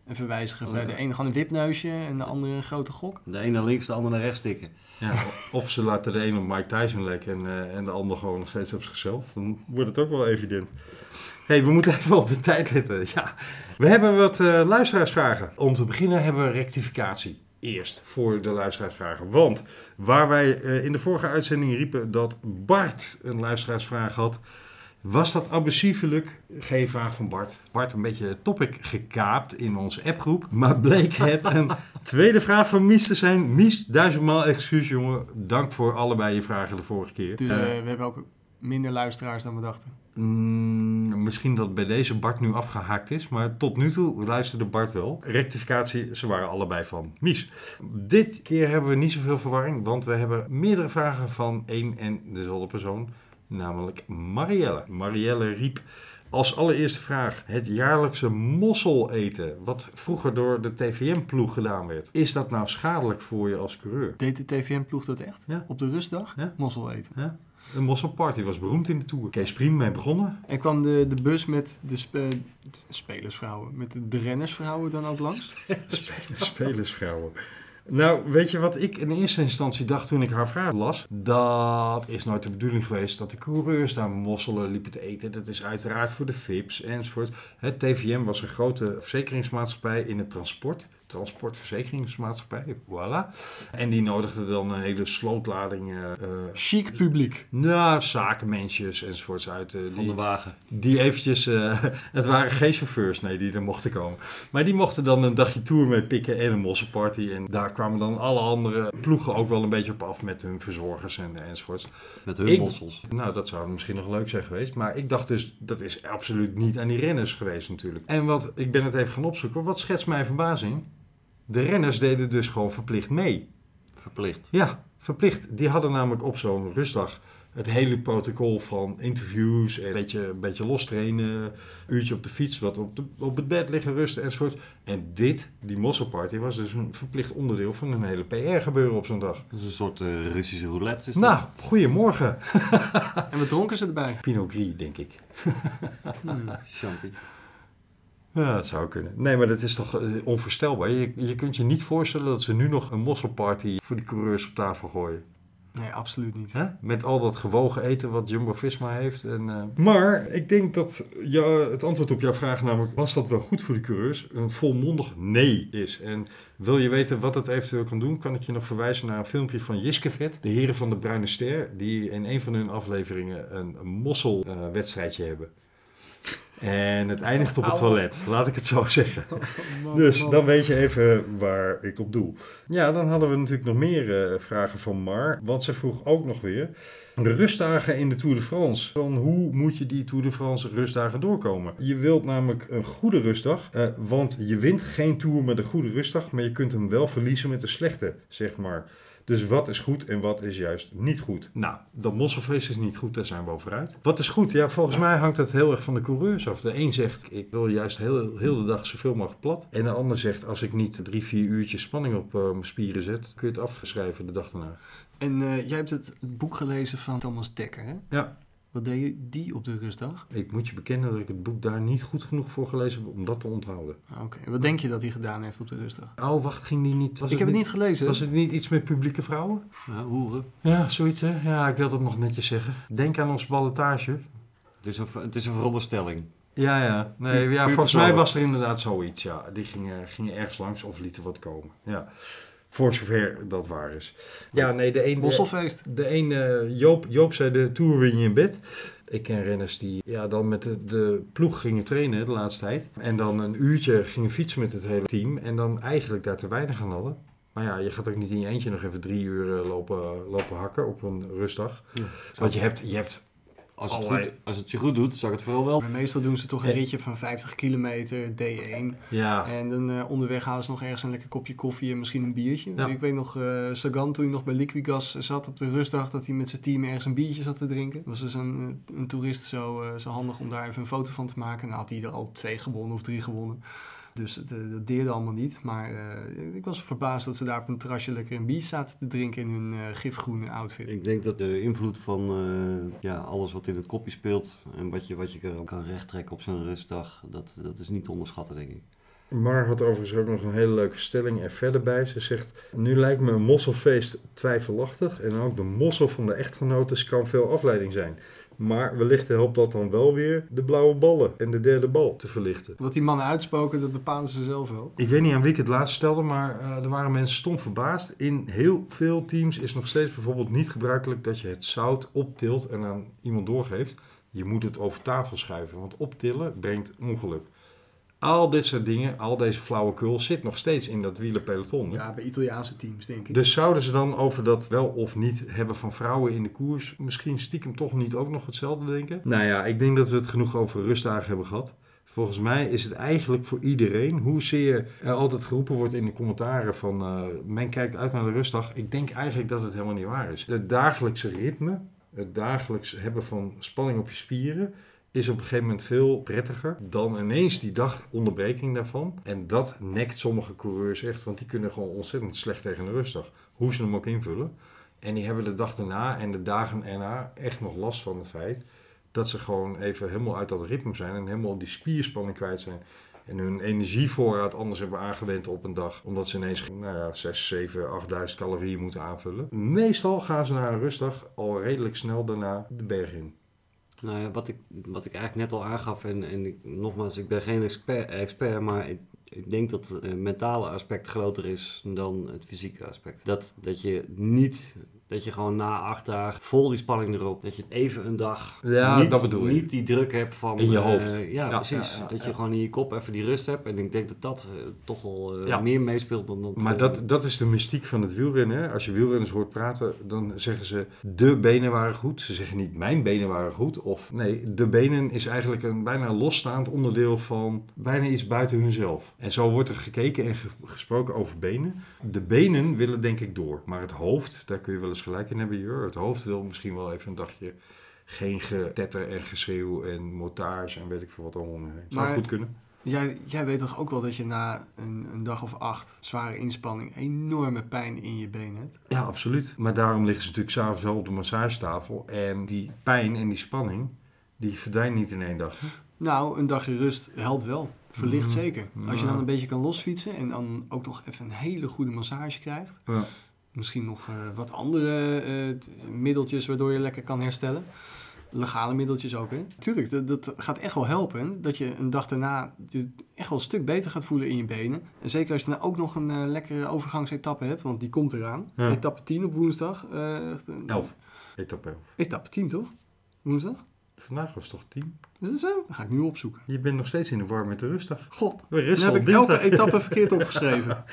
Even wijzigen. Bij de ene gewoon een wipneusje en de andere een grote gok. De ene naar links, de andere naar rechts tikken. Ja, of ze laten de een op Mike Tyson lekken en de ander gewoon nog steeds op zichzelf. Dan wordt het ook wel evident. Hey, we moeten even op de tijd letten. Ja. We hebben wat luisteraarsvragen. Om te beginnen hebben we rectificatie. Eerst voor de luisteraarsvragen. Want waar wij in de vorige uitzending riepen dat Bart een luisteraarsvraag had, was dat abusiefelijk? Geen vraag van Bart. Bart een beetje het topic gekaapt in onze appgroep. Maar bleek het een tweede vraag van Mies te zijn. Mies, 1000-maal excuus jongen. Dank voor allebei je vragen de vorige keer. Dus we hebben ook minder luisteraars dan we dachten. Misschien dat bij deze Bart nu afgehaakt is. Maar tot nu toe luisterde Bart wel. Rectificatie, ze waren allebei van Mies. Dit keer hebben we niet zoveel verwarring. Want we hebben meerdere vragen van één en dezelfde persoon. Namelijk Marielle. Marielle riep als allereerste vraag het jaarlijkse mossel eten. Wat vroeger door de TVM-ploeg gedaan werd. Is dat nou schadelijk voor je als coureur? Deed de TVM-ploeg dat echt? Ja. Op de rustdag? Ja. Mossel eten. Ja? Een mosselparty was beroemd in de Tour. Kees Priem mee begonnen. En kwam de bus met de spelersvrouwen, met de rennersvrouwen dan ook langs? Spelersvrouwen. Nou, weet je wat ik in eerste instantie dacht toen ik haar vraag las? Dat is nooit de bedoeling geweest dat de coureurs daar mosselen liepen te eten. Dat is uiteraard voor de VIP's enzovoort. Het TVM was een grote verzekeringsmaatschappij in het transportverzekeringsmaatschappij. Voilà. En die nodigde dan een hele slootlading Chic publiek. nou, zakenmensjes enzovoorts uit. Van de wagen. Die eventjes, het waren geen chauffeurs, nee, die er mochten komen. Maar die mochten dan een dagje tour mee pikken en een mosselparty. En daar kwamen dan alle andere ploegen ook wel een beetje op af met hun verzorgers enzovoorts. Met hun mossels. Nou, dat zou misschien nog leuk zijn geweest. Maar ik dacht dus, dat is absoluut niet aan die renners geweest natuurlijk. En ik ben het even gaan opzoeken. Wat schetst mijn verbazing? De renners deden dus gewoon verplicht mee. Verplicht. Ja, verplicht. Die hadden namelijk op zo'n rustdag het hele protocol van interviews en een beetje lostrainen, uurtje op de fiets, wat op het bed liggen rusten enzovoort. En die mosselparty was dus een verplicht onderdeel van een hele PR-gebeuren op zo'n dag. Dat is een soort Russische roulette. Is dat? Nou, goedemorgen. En wat dronken ze erbij? Pinot Gris, denk ik. Champie. Ja, dat zou kunnen. Nee, maar dat is toch onvoorstelbaar. Je kunt je niet voorstellen dat ze nu nog een mosselparty voor die coureurs op tafel gooien. Nee, absoluut niet. Hè? Met al dat gewogen eten wat Jumbo-Visma heeft. Maar ik denk dat het antwoord op jouw vraag, namelijk was dat wel goed voor de coureurs, een volmondig nee is. En wil je weten wat het eventueel kan doen, kan ik je nog verwijzen naar een filmpje van Jiskevet, de heren van de Bruine Ster, die in een van hun afleveringen een mosselwedstrijdje hebben. En het eindigt op het toilet, laat ik het zo zeggen. Dus dan weet je even waar ik op doel. Ja, dan hadden we natuurlijk nog meer vragen van Mar. Want ze vroeg ook nog weer de rustdagen in de Tour de France. Hoe moet je die Tour de France rustdagen doorkomen? Je wilt namelijk een goede rustdag. Want je wint geen Tour met een goede rustdag. Maar je kunt hem wel verliezen met een slechte, zeg maar. Dus wat is goed en wat is juist niet goed? Nou, dat mosselvlees is niet goed, daar zijn we over uit. Wat is goed? Ja, volgens mij hangt het heel erg van de coureurs af. De een zegt, ik wil juist heel de dag zoveel mogelijk plat. En de ander zegt, als ik niet 3-4 uurtjes spanning op mijn spieren zet, kun je het afschrijven de dag daarna. En jij hebt het boek gelezen van Thomas Dekker, hè? Ja. Wat deed die op de rustdag? Ik moet je bekennen dat ik het boek daar niet goed genoeg voor gelezen heb om dat te onthouden. Oké. Wat denk je dat hij gedaan heeft op de rustdag? Oh, wacht, ging die niet... Ik heb het niet gelezen. Was het niet iets met publieke vrouwen? Ja, hoeren. Ja, zoiets hè. Ja, ik wil dat nog netjes zeggen. Denk aan ons ballotage. Het is een veronderstelling. Ja. Nee, ja, volgens mij was er inderdaad zoiets. Ja, die gingen ergens langs of lieten wat komen. Ja. Voor zover dat waar is. Ja, nee, de een... Mosselfeest. Joop zei, de Tour win je in bed. Ik ken renners die dan met de ploeg gingen trainen de laatste tijd. En dan een uurtje gingen fietsen met het hele team. En dan eigenlijk daar te weinig aan hadden. Maar ja, je gaat ook niet in je eentje nog even 3 uur lopen hakken op een rustdag. Ja. Want je hebt Als het je goed doet, zou ik het vooral wel. Maar meestal doen ze toch een ritje van 50 kilometer, D1. Ja. En dan onderweg halen ze nog ergens een lekker kopje koffie en misschien een biertje. Ja. Ik weet nog, Sagan toen hij nog bij Liquigas zat op de rustdag, dat hij met zijn team ergens een biertje zat te drinken. Was dus een toerist zo handig om daar even een foto van te maken. Nou had hij er al 2 gewonnen of 3 gewonnen. Dus dat deerde allemaal niet. Maar ik was verbaasd dat ze daar op een terrasje lekker een bier zaten te drinken in hun gifgroene outfit. Ik denk dat de invloed van alles wat in het kopje speelt en wat je kan rechttrekken op zo'n rustdag, dat is niet te onderschatten, denk ik. Mar had overigens ook nog een hele leuke stelling er verder bij. Ze zegt, nu lijkt me een mosselfeest twijfelachtig en ook de mossel van de echtgenotes kan veel afleiding zijn. Maar wellicht helpt dat dan wel weer de blauwe ballen en de derde bal te verlichten. Wat die mannen uitspoken, dat bepalen ze zelf wel. Ik weet niet aan wie ik het laatst stelde, maar er waren mensen stom verbaasd. In heel veel teams is nog steeds bijvoorbeeld niet gebruikelijk dat je het zout optilt en aan iemand doorgeeft. Je moet het over tafel schuiven, want optillen brengt ongeluk. Al dit soort dingen, al deze flauwekul zit nog steeds in dat wielerpeloton. Hè? Ja, bij Italiaanse teams, denk ik. Dus zouden ze dan over dat wel of niet hebben van vrouwen in de koers misschien stiekem toch niet ook nog hetzelfde denken? Nou ja, ik denk dat we het genoeg over rustdagen hebben gehad. Volgens mij is het eigenlijk voor iedereen, hoezeer er altijd geroepen wordt in de commentaren van men kijkt uit naar de rustdag. Ik denk eigenlijk dat het helemaal niet waar is. Het dagelijkse ritme, het dagelijks hebben van spanning op je spieren is op een gegeven moment veel prettiger dan ineens die dagonderbreking daarvan. En dat nekt sommige coureurs echt, want die kunnen gewoon ontzettend slecht tegen de rustdag. Hoe ze hem ook invullen. En die hebben de dag erna en de dagen erna echt nog last van het feit dat ze gewoon even helemaal uit dat ritme zijn en helemaal die spierspanning kwijt zijn. En hun energievoorraad anders hebben aangewend op een dag. Omdat ze ineens 6, 7, 8.000 calorieën moeten aanvullen. Meestal gaan ze na een rustdag al redelijk snel daarna de berg in. Nou ja, wat ik eigenlijk net al aangaf, nogmaals, ik ben geen expert, maar ik denk dat het mentale aspect groter is dan het fysieke aspect. Dat je gewoon na 8 dagen vol die spanning erop, dat je even een dag niet die druk hebt van in je hoofd. Precies. Dat je gewoon in je kop even die rust hebt. En ik denk dat toch wel meer meespeelt dan dat. Maar dat is de mystiek van het wielrennen. Hè? Als je wielrenners hoort praten, dan zeggen ze de benen waren goed. Ze zeggen niet mijn benen waren goed. Of nee, de benen is eigenlijk een bijna losstaand onderdeel van bijna iets buiten hunzelf. En zo wordt er gekeken en gesproken over benen. De benen willen denk ik door. Maar het hoofd, daar kun je wel eens gelijk in hebben, Jur. Het hoofd wil misschien wel even een dagje geen getetter en geschreeuw en motage en weet ik veel wat allemaal omheen. Zou goed kunnen. Jij weet toch ook wel dat je na een dag of 8 zware inspanning enorme pijn in je been hebt? Ja, absoluut. Maar daarom liggen ze natuurlijk 's avonds wel op de massagetafel. En die pijn en die spanning, die verdwijnt niet in 1 dag. Nou, een dagje rust helpt wel. Verlicht zeker. Als je dan een beetje kan losfietsen en dan ook nog even een hele goede massage krijgt. Ja. Misschien nog wat andere middeltjes waardoor je lekker kan herstellen. Legale middeltjes ook, hè. Tuurlijk, dat gaat echt wel helpen. Dat je een dag daarna je echt wel een stuk beter gaat voelen in je benen. En zeker als je dan ook nog een lekkere overgangsetappe hebt, want die komt eraan. Ja. Etappe 10 op woensdag. 11. Etappe 11. Etappe 10, toch? Woensdag? Vandaag was het toch 10? Is het zo? Dan ga ik nu opzoeken. Je bent nog steeds in de war met de rustdag. God, dan heb ik elke etappe verkeerd opgeschreven.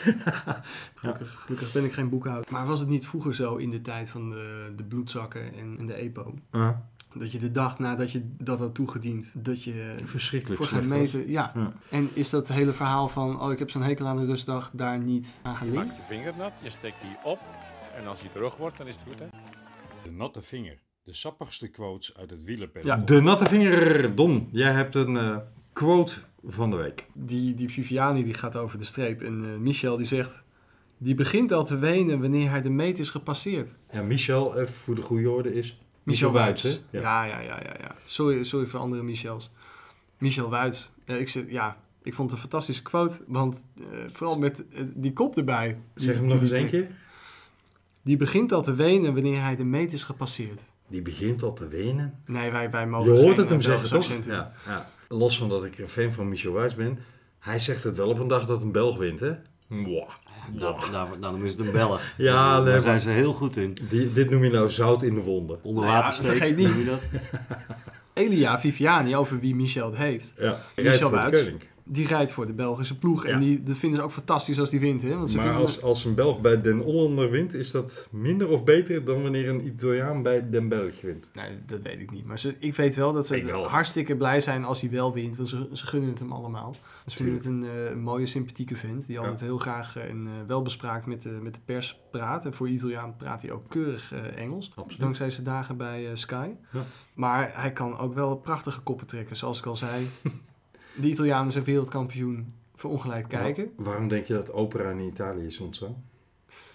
Gelukkig ben ik geen boekhouder. Maar was het niet vroeger zo in de tijd van de bloedzakken en de EPO? Dat je de dag nadat je dat had toegediend, dat je verschrikkelijk voor gaat meten. Ja. En is dat hele verhaal van, ik heb zo'n hekel aan de rustdag, daar niet aan gelinkt? Je maakt de vinger nat, je steekt die op en als die droog wordt, dan is het goed, hè? De natte vinger. De sappigste quotes uit het wielerpeloton. Ja, de natte vinger. Don, jij hebt een quote van de week. Die Viviani die gaat over de streep. En Michel die zegt, die begint al te wenen wanneer hij de meet is gepasseerd. Ja, Michel, even voor de goede orde, is Michel Wuits, hè? Ja. Sorry voor andere Michels. Michel Wuits. Ik vond het een fantastische quote. Want vooral met die kop erbij. Zeg hem nog eens een keer. Die begint al te wenen wanneer hij de meet is gepasseerd. Die begint al te wenen? Nee, wij mogen. Je hoort het hem zeggen, toch? Ja. Los van dat ik een fan van Michel Wuits ben. Hij zegt het wel op een dag dat een Belg wint, hè? Daarom is het een Belg. Ja, daar zijn ze heel goed in. Dit noem je nou zout in de wonden. Onder water steken. Vergeet niet. Dat? Elia Viviani, over wie Michel het heeft. Ja, Michel Wuits. Die rijdt voor de Belgische ploeg. Ja. En dat vinden ze ook fantastisch als die wint. Hè? Want als een Belg bij Den Hollander wint, is dat minder of beter dan wanneer een Italiaan bij Den Belg wint? Nee, dat weet ik niet. Maar ik weet wel dat ze hartstikke blij zijn als hij wel wint. Want ze gunnen het hem allemaal. Ze vinden het een mooie, sympathieke vent. Die altijd heel graag en welbespraakt met de pers praat. En voor Italiaan praat hij ook keurig Engels. Absoluut. Dankzij zijn dagen bij Sky. Ja. Maar hij kan ook wel prachtige koppen trekken. Zoals ik al zei... De Italianen zijn wereldkampioen verongelijkt kijken. Waarom denk je dat opera in Italië is ontstaan?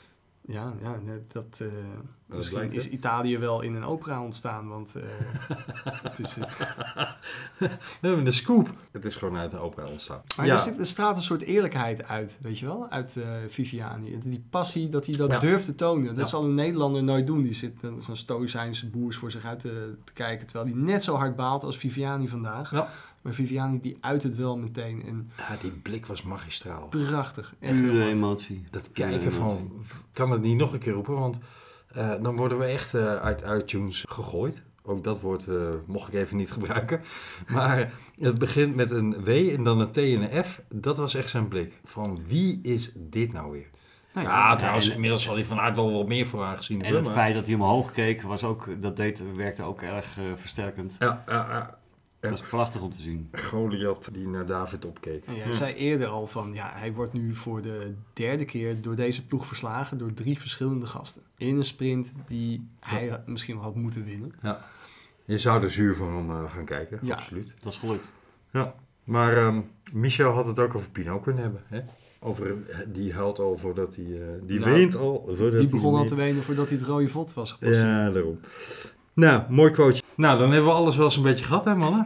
Ja, dat misschien blijkt, is hè? Italië wel in een opera ontstaan, want het is... We hebben een scoop. Het is gewoon uit de opera ontstaan. Maar er straalt een soort eerlijkheid uit, weet je wel, uit Viviani. Die passie dat hij dat durft te tonen. Dat zal een Nederlander nooit doen. Die zit zo'n stoïcijnse boers voor zich uit te kijken, terwijl hij net zo hard baalt als Viviani vandaag. Ja. Maar Viviani die uit het wel meteen. En Ja, die blik was magistraal. prachtig. Echt Pure heel emotie. Dat kijken van, kan het niet nog een keer roepen? Want dan worden we echt uit iTunes gegooid. Ook dat woord mocht ik even niet gebruiken. Maar het begint met een W en dan een T en een F. Dat was echt zijn blik. Van wie is dit nou weer? Nou ja, trouwens, inmiddels zal hij vanuit wel wat meer voor aangezien En hebben. het feit dat hij omhoog keek, werkte ook erg versterkend. Ja. Het was prachtig om te zien. Goliath die naar David opkeek. En jij zei eerder al van, hij wordt nu voor de 3e keer door deze ploeg verslagen door 3 verschillende gasten. In een sprint die hij misschien wel had moeten winnen. Ja. Je zou er zuur van om gaan kijken, Ja. absoluut. Dat is gelukt. Ja. Maar Michel had het ook over Pino kunnen hebben. Hè? Over die huilt al voordat hij... die weent al voordat Die begon al hij te wenen voordat hij het rode vod was gepasseerd. Ja, daarom. Nou, mooi quoteje. Nou, dan hebben we alles wel zo'n beetje gehad, hè, mannen?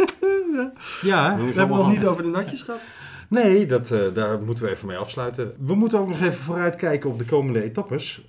Ja, We hebben nog niet over de natjes gehad. nee, daar moeten we even mee afsluiten. We moeten ook nog even vooruitkijken op de komende etappes.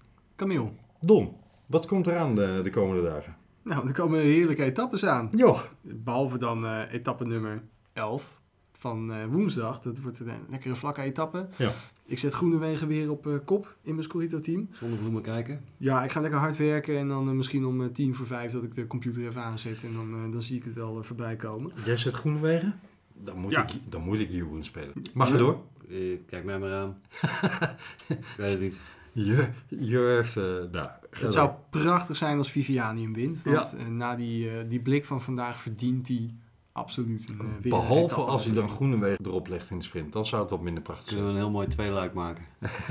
Don, wat komt eraan de komende dagen? Nou, er komen heerlijke etappes aan. Joh. Behalve dan etappe nummer 11 van woensdag. Dat wordt een lekkere vlakke etappe. Ja. Ik zet Groenewegen weer op kop in mijn Scorito-team. Zonder bloemen kijken. Ja, ik ga lekker hard werken en dan misschien om 4:45 dat ik de computer even aanzet. En dan zie ik het wel voorbij komen. Jij zet Groenewegen? Dan moet ik Ewan spelen. Mag je door? Kijk mij maar aan. Ik weet het niet. Je heeft... Het zou prachtig zijn als Viviani hem wint. Want na die blik van vandaag verdient hij absoluut een winnaar. Behalve als hij dan Groenewegen erop legt in de sprint. Dan zou het wat minder prachtig Kunnen zijn. we een heel mooi tweeluik maken.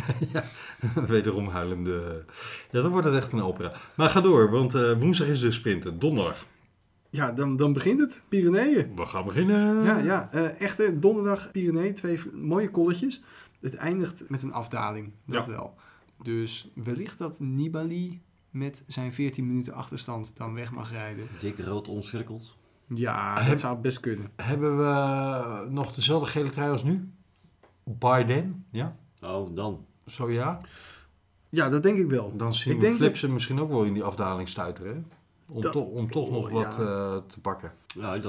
Wederom huilende... Ja, dan wordt het echt een opera. Maar ga door, want woensdag is de sprinten. Donderdag. Ja, dan begint het. Pyreneeën. We gaan beginnen. Ja, echte donderdag Pyreneeën. 2 mooie kolletjes. Het eindigt met een afdaling. Dat wel. Dus wellicht dat Nibali met zijn 14 minuten achterstand dan weg mag rijden. Dik rood omcirkeld. Ja, dat zou best kunnen. Hebben we nog dezelfde gele trui als nu? By then? Ja? Oh, dan. Zo ja? Ja, dat denk ik wel. Dan zien Ik we denk Flipsen misschien ook wel in die afdaling stuiteren. Hè? Om toch nog wat te pakken. Nou,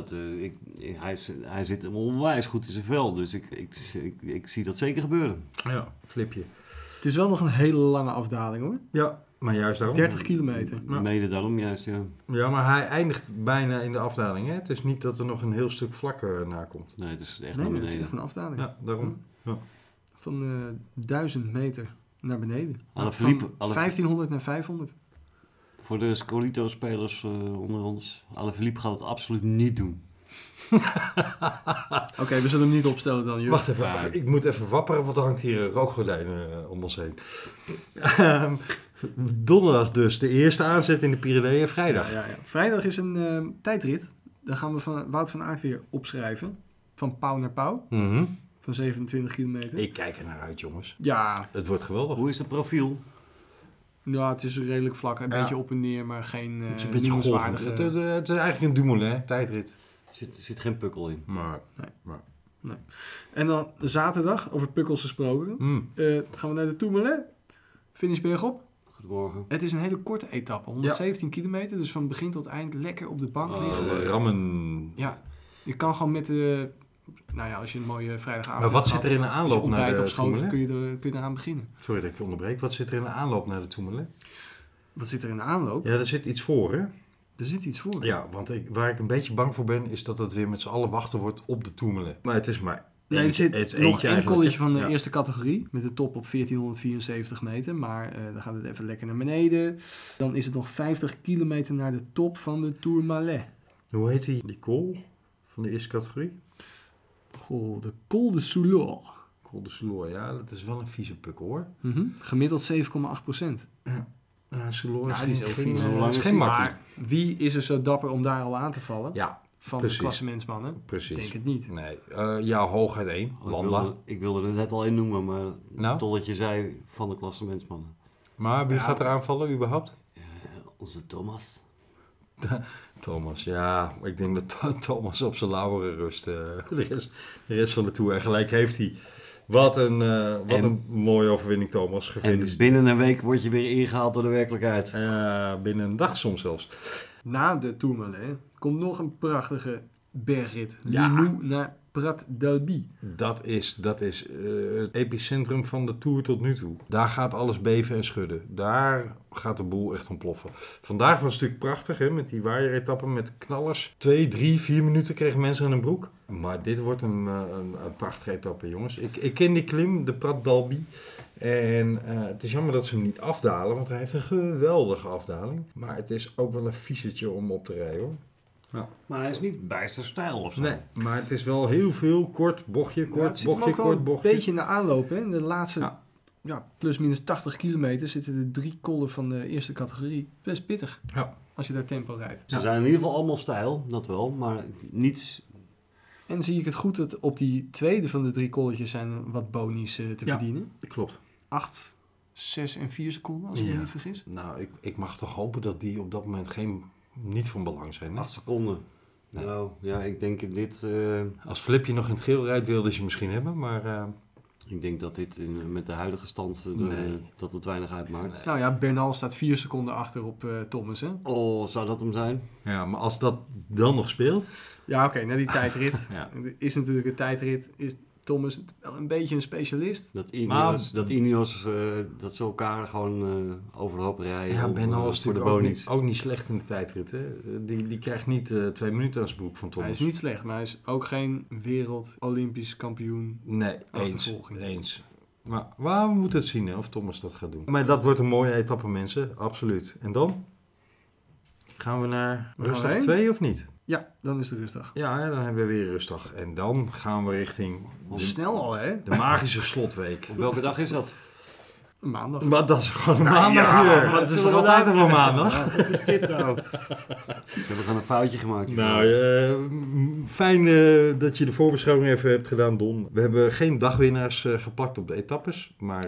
hij zit onwijs goed in zijn vel. Dus ik zie dat zeker gebeuren. Ja, Flipje. Het is wel nog een hele lange afdaling hoor. Ja, maar juist daarom. 30 kilometer. Mede daarom juist, ja. Ja, maar hij eindigt bijna in de afdaling. Hè? Het is niet dat er nog een heel stuk vlakker nakomt. Nee, het is echt Nee, naar het is beneden. echt een afdaling. Ja, daarom. Ja. Van 1000 meter naar beneden. Alaphilippe- Van 1500 naar 500. Voor de Scorito-spelers onder ons. Alaphilippe gaat het absoluut niet doen. Oké, we zullen hem niet opstellen dan, Jurgen. Wacht even, ik moet even wapperen, want er hangt hier een rookgordijn om ons heen. Donderdag dus, de eerste aanzet in de Pyreneeën, vrijdag. Ja. Vrijdag is een tijdrit. Dan gaan we van Wout van Aert weer opschrijven. Van Pau naar Pau. Mhm. Van 27 kilometer. Ik kijk er naar uit, jongens. Ja, Het wordt geweldig. Hoe is het profiel? het is redelijk vlak. Een beetje op en neer, maar geen Het is een beetje golvend. Het is eigenlijk een Dumoulin, tijdrit. Er zit geen pukkel in. Maar, Nee. En dan zaterdag, over pukkels gesproken. Gaan we naar de Tourmalet. Finish bergop. Goedemorgen. Het is een hele korte etappe. 117 kilometer. Dus van begin tot eind lekker op de bank liggen. rammen. Ja, je kan gewoon met de... Nou ja, als je een mooie vrijdagavond Maar wat hebt zit er in de gehad, aanloop als je naar ontbijt de op schoot, Tourmalet? kun je eraan beginnen. Sorry dat ik je onderbreek. Wat zit er in de aanloop naar de Tourmalet? Wat zit er in de aanloop? Ja, er zit iets voor, hè? Er zit iets voor. Ja, want waar ik een beetje bang voor ben, is dat het weer met z'n allen wachten wordt op de Tourmalet. Maar het is maar Nee, er eentje, zit het is nog eentje één eigenlijk, colletje hè? van de Ja. eerste categorie. Met de top op 1474 meter. Maar dan gaat het even lekker naar beneden. Dan is het nog 50 kilometer naar de top van de Tourmalet. Hoe heet die col van de eerste categorie? Goh, de Col de Soulor. Col de Soulor, ja, dat is wel een vieze pukkel, hoor. Gemiddeld 7,8%. Soulor Ja, die is heel vies. geen, Hoe lang is is geen die? makkie. Maar wie is er zo dapper om daar al aan te vallen? Ja, van Precies. de klassementsmannen. Precies. Ik denk het niet. Nee, ja, hooguit 1. Landa. Ik wilde er net al één noemen, maar Nou? totdat je zei van de klassementsmannen. Maar wie gaat er aanvallen überhaupt? Onze Thomas. Thomas, ja. Ik denk dat Thomas op zijn lauweren rust. De rest van de Tour. En gelijk heeft hij. Wat een mooie overwinning, Thomas. En Gefeliciteerd. binnen een week word je weer ingehaald door de werkelijkheid. Binnen een dag soms zelfs. Na de Tourmalet komt nog een prachtige bergrit. Ja. Limoux naar Prat d'Albi. Dat is het epicentrum van de Tour tot nu toe. Daar gaat alles beven en schudden. Daar gaat de boel echt ontploffen. Vandaag was het natuurlijk prachtig, hè, met die waaieretappen met knallers. 2, 3, 4 minuten kregen mensen aan een broek. Maar dit wordt een prachtige etappe, jongens. Ik ken die klim, de Prat d'Albi. En het is jammer dat ze hem niet afdalen, want hij heeft een geweldige afdaling. Maar het is ook wel een viezetje om op te rijden, hoor. Ja. Maar hij is niet bijster stijl of zo. Nee, maar het is wel heel veel kort bochtje, Het kort zit hem bochtje, ook wel kort een bochtje. beetje in de aanloop. Hè? In de laatste Ja. plus minus 80 kilometer zitten de 3 kollen van de eerste categorie. Best pittig Ja. als je daar tempo rijdt. Ze zijn in ieder geval allemaal stijl, dat wel. Maar niets... En zie ik het goed dat op die tweede van de 3 kolletjes zijn wat bonies te verdienen. Klopt. 8, 6 en 4 seconden, als ik me Ja. niet vergis. Nou, ik mag toch hopen dat die op dat moment niet van belang zijn. Hè? 8 seconden. Nou, ja, ik denk in dit... Als Flipje nog in het geel rijdt, wilde ze misschien hebben, maar... ik denk dat dit met de huidige stand dat het weinig uitmaakt. Nou ja, Bernal staat 4 seconden achter op Thomas. Hè? Oh, zou dat hem zijn? Ja, maar als dat dan nog speelt... Ja, oké, na die tijdrit. Ja. Is natuurlijk een tijdrit. Is Thomas wel een beetje een specialist? Dat Ineos, dat ze elkaar gewoon overhoop rijden Ja, Bernal is voor de natuurlijk bonies. ook niet slecht in de tijdrit. Hè? Die krijgt niet 2 minuten aan zijn broek van Thomas. Hij is niet slecht, maar hij is ook geen wereld-Olympisch kampioen. Nee, Achtervolging. eens. Maar we moeten het zien, hè, of Thomas dat gaat doen. Maar dat wordt een mooie etappe, mensen. Absoluut. En dan? Gaan we naar rustdag heen? 2 of niet? Ja, dan is de rustdag. Ja, hè, dan hebben we weer rustdag. En dan gaan we richting Snel al, hè? de magische slotweek. Op welke dag is dat? Maandag. Maar dat is gewoon een maandag weer. wat Het is zullen toch we altijd daar op een maandag? Wat is dit nou? Ze hebben gewoon een foutje gemaakt. die Nou, jongens. fijn dat je de voorbeschouwing even hebt gedaan, Don. We hebben geen dagwinnaars geplakt op de etappes. Maar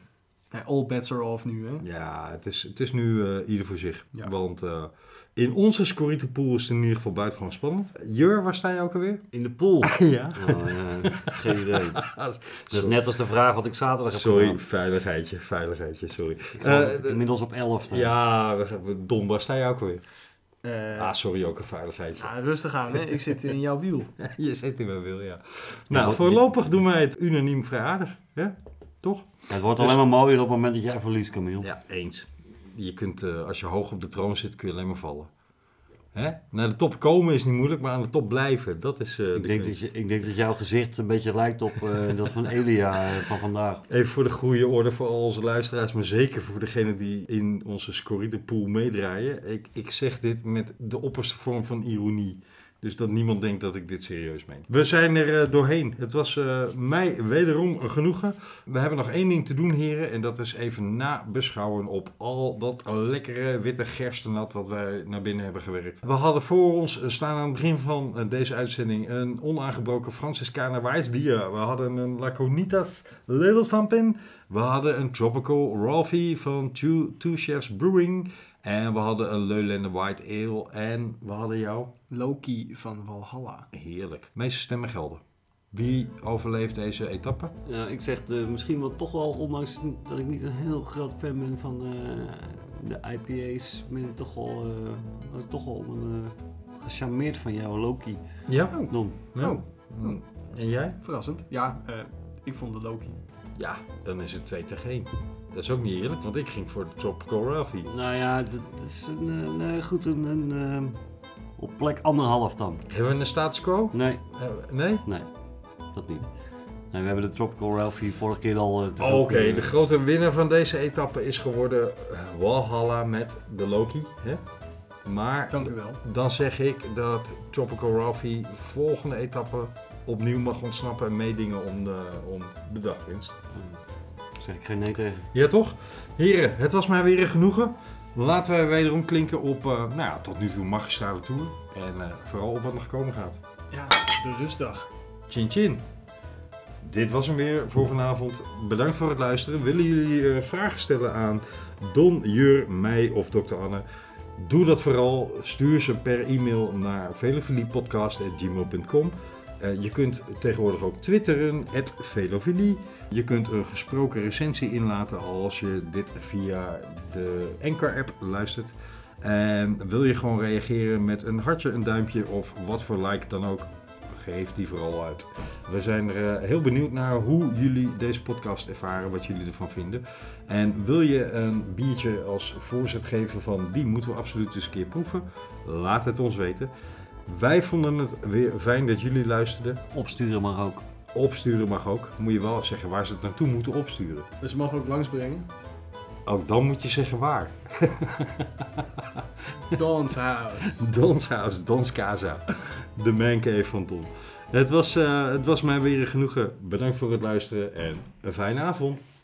All bets are off nu, hè? ja, het is nu ieder voor zich. Ja. Want in onze Scorito-pool is het in ieder geval buitengewoon spannend. Jur, waar sta je ook alweer? In de pool. Ja. Oh, ja, geen idee. Dat is net als de vraag wat ik zaterdag heb Sorry, gedaan. veiligheidje, sorry. Ik geloof dat ik inmiddels op 11 sta. Ja, Don, waar sta je ook alweer? Eh, Sorry, ook een veiligheidje. ja, rustig aan, hè? Ik zit in jouw wiel. Je zit in mijn wil, ja. Nou, voorlopig doen wij het unaniem vrij aardig. Ja? Toch? Het wordt alleen maar mooier op het moment dat jij verliest, Camille. Ja, eens. Je kunt, als je hoog op de troon zit, kun je alleen maar vallen. Hè? Naar de top komen is niet moeilijk, maar aan de top blijven, dat is de kunst. Ik denk dat jouw gezicht een beetje lijkt op dat van Elia van vandaag. Even voor de goede orde voor al onze luisteraars, maar zeker voor degenen die in onze Scorito-pool meedraaien. Ik zeg dit met de opperste vorm van ironie. Dus dat niemand denkt dat ik dit serieus meen. We zijn er doorheen. Het was mij wederom een genoegen. We hebben nog 1 ding te doen, heren. En dat is even nabeschouwen op al dat lekkere witte gerstenat wat wij naar binnen hebben gewerkt. We hadden voor ons staan aan het begin van deze uitzending een onaangebroken Franciscaner Weissbier. We hadden een Laconitas Little Something. We hadden een Tropical Ralphie van Two Chefs Brewing. En we hadden een Leylander White Ale. En we hadden jou. Loki van Valhalla. Heerlijk. Meeste stemmen gelden. Wie overleeft deze etappe? Ja, ik zeg misschien wel toch wel, ondanks dat ik niet een heel groot fan ben van de IPA's, ben ik toch wel gecharmeerd van jou, Loki. Ja. Don. Ja. En jij? Verrassend. Ja, ik vond de Loki. Ja, dan is het 2-1. Dat is ook niet eerlijk, want ik ging voor de Tropical Ralphie. Nou ja, dat is op plek 1,5 dan. Hebben we een status quo? Nee, Nee? nee, dat niet. Nee, we hebben de Tropical Ralphie vorige keer al... Oké, de grote winnaar van deze etappe is geworden Valhalla met de Loki. Hè? Maar Dank u wel. dan zeg ik dat Tropical Ralphie volgende etappe opnieuw mag ontsnappen en meedingen om de dagwinst. Zeg ik geen nee tegen. Ja toch? Heren, het was mij weer een genoegen. Laten wij wederom klinken op tot nu toe magistrale tour. En vooral op wat nog komen gaat. Ja, de rustdag. Chin chin. Dit was hem weer voor vanavond. Bedankt voor het luisteren. Willen jullie vragen stellen aan Don, Jur, mij of Dr. Anne? Doe dat vooral. Stuur ze per e-mail naar velofiliepodcast@gmail.com. Je kunt tegenwoordig ook twitteren, @velofilie. Je kunt een gesproken recensie inlaten als je dit via de Anchor-app luistert. En wil je gewoon reageren met een hartje, een duimpje of wat voor like dan ook, geef die vooral uit. We zijn er heel benieuwd naar hoe jullie deze podcast ervaren, wat jullie ervan vinden. En wil je een biertje als voorzet geven van die moeten we absoluut eens een keer proeven? Laat het ons weten. Wij vonden het weer fijn dat jullie luisterden. Opsturen mag ook. Opsturen mag ook. Moet je wel zeggen waar ze het naartoe moeten opsturen. Dus ze mogen ook langsbrengen. Ook dan moet je zeggen waar. Don's House. Don's House, Don's Casa. De mancave van Don. Het was mij weer een genoegen. Bedankt voor het luisteren en een fijne avond.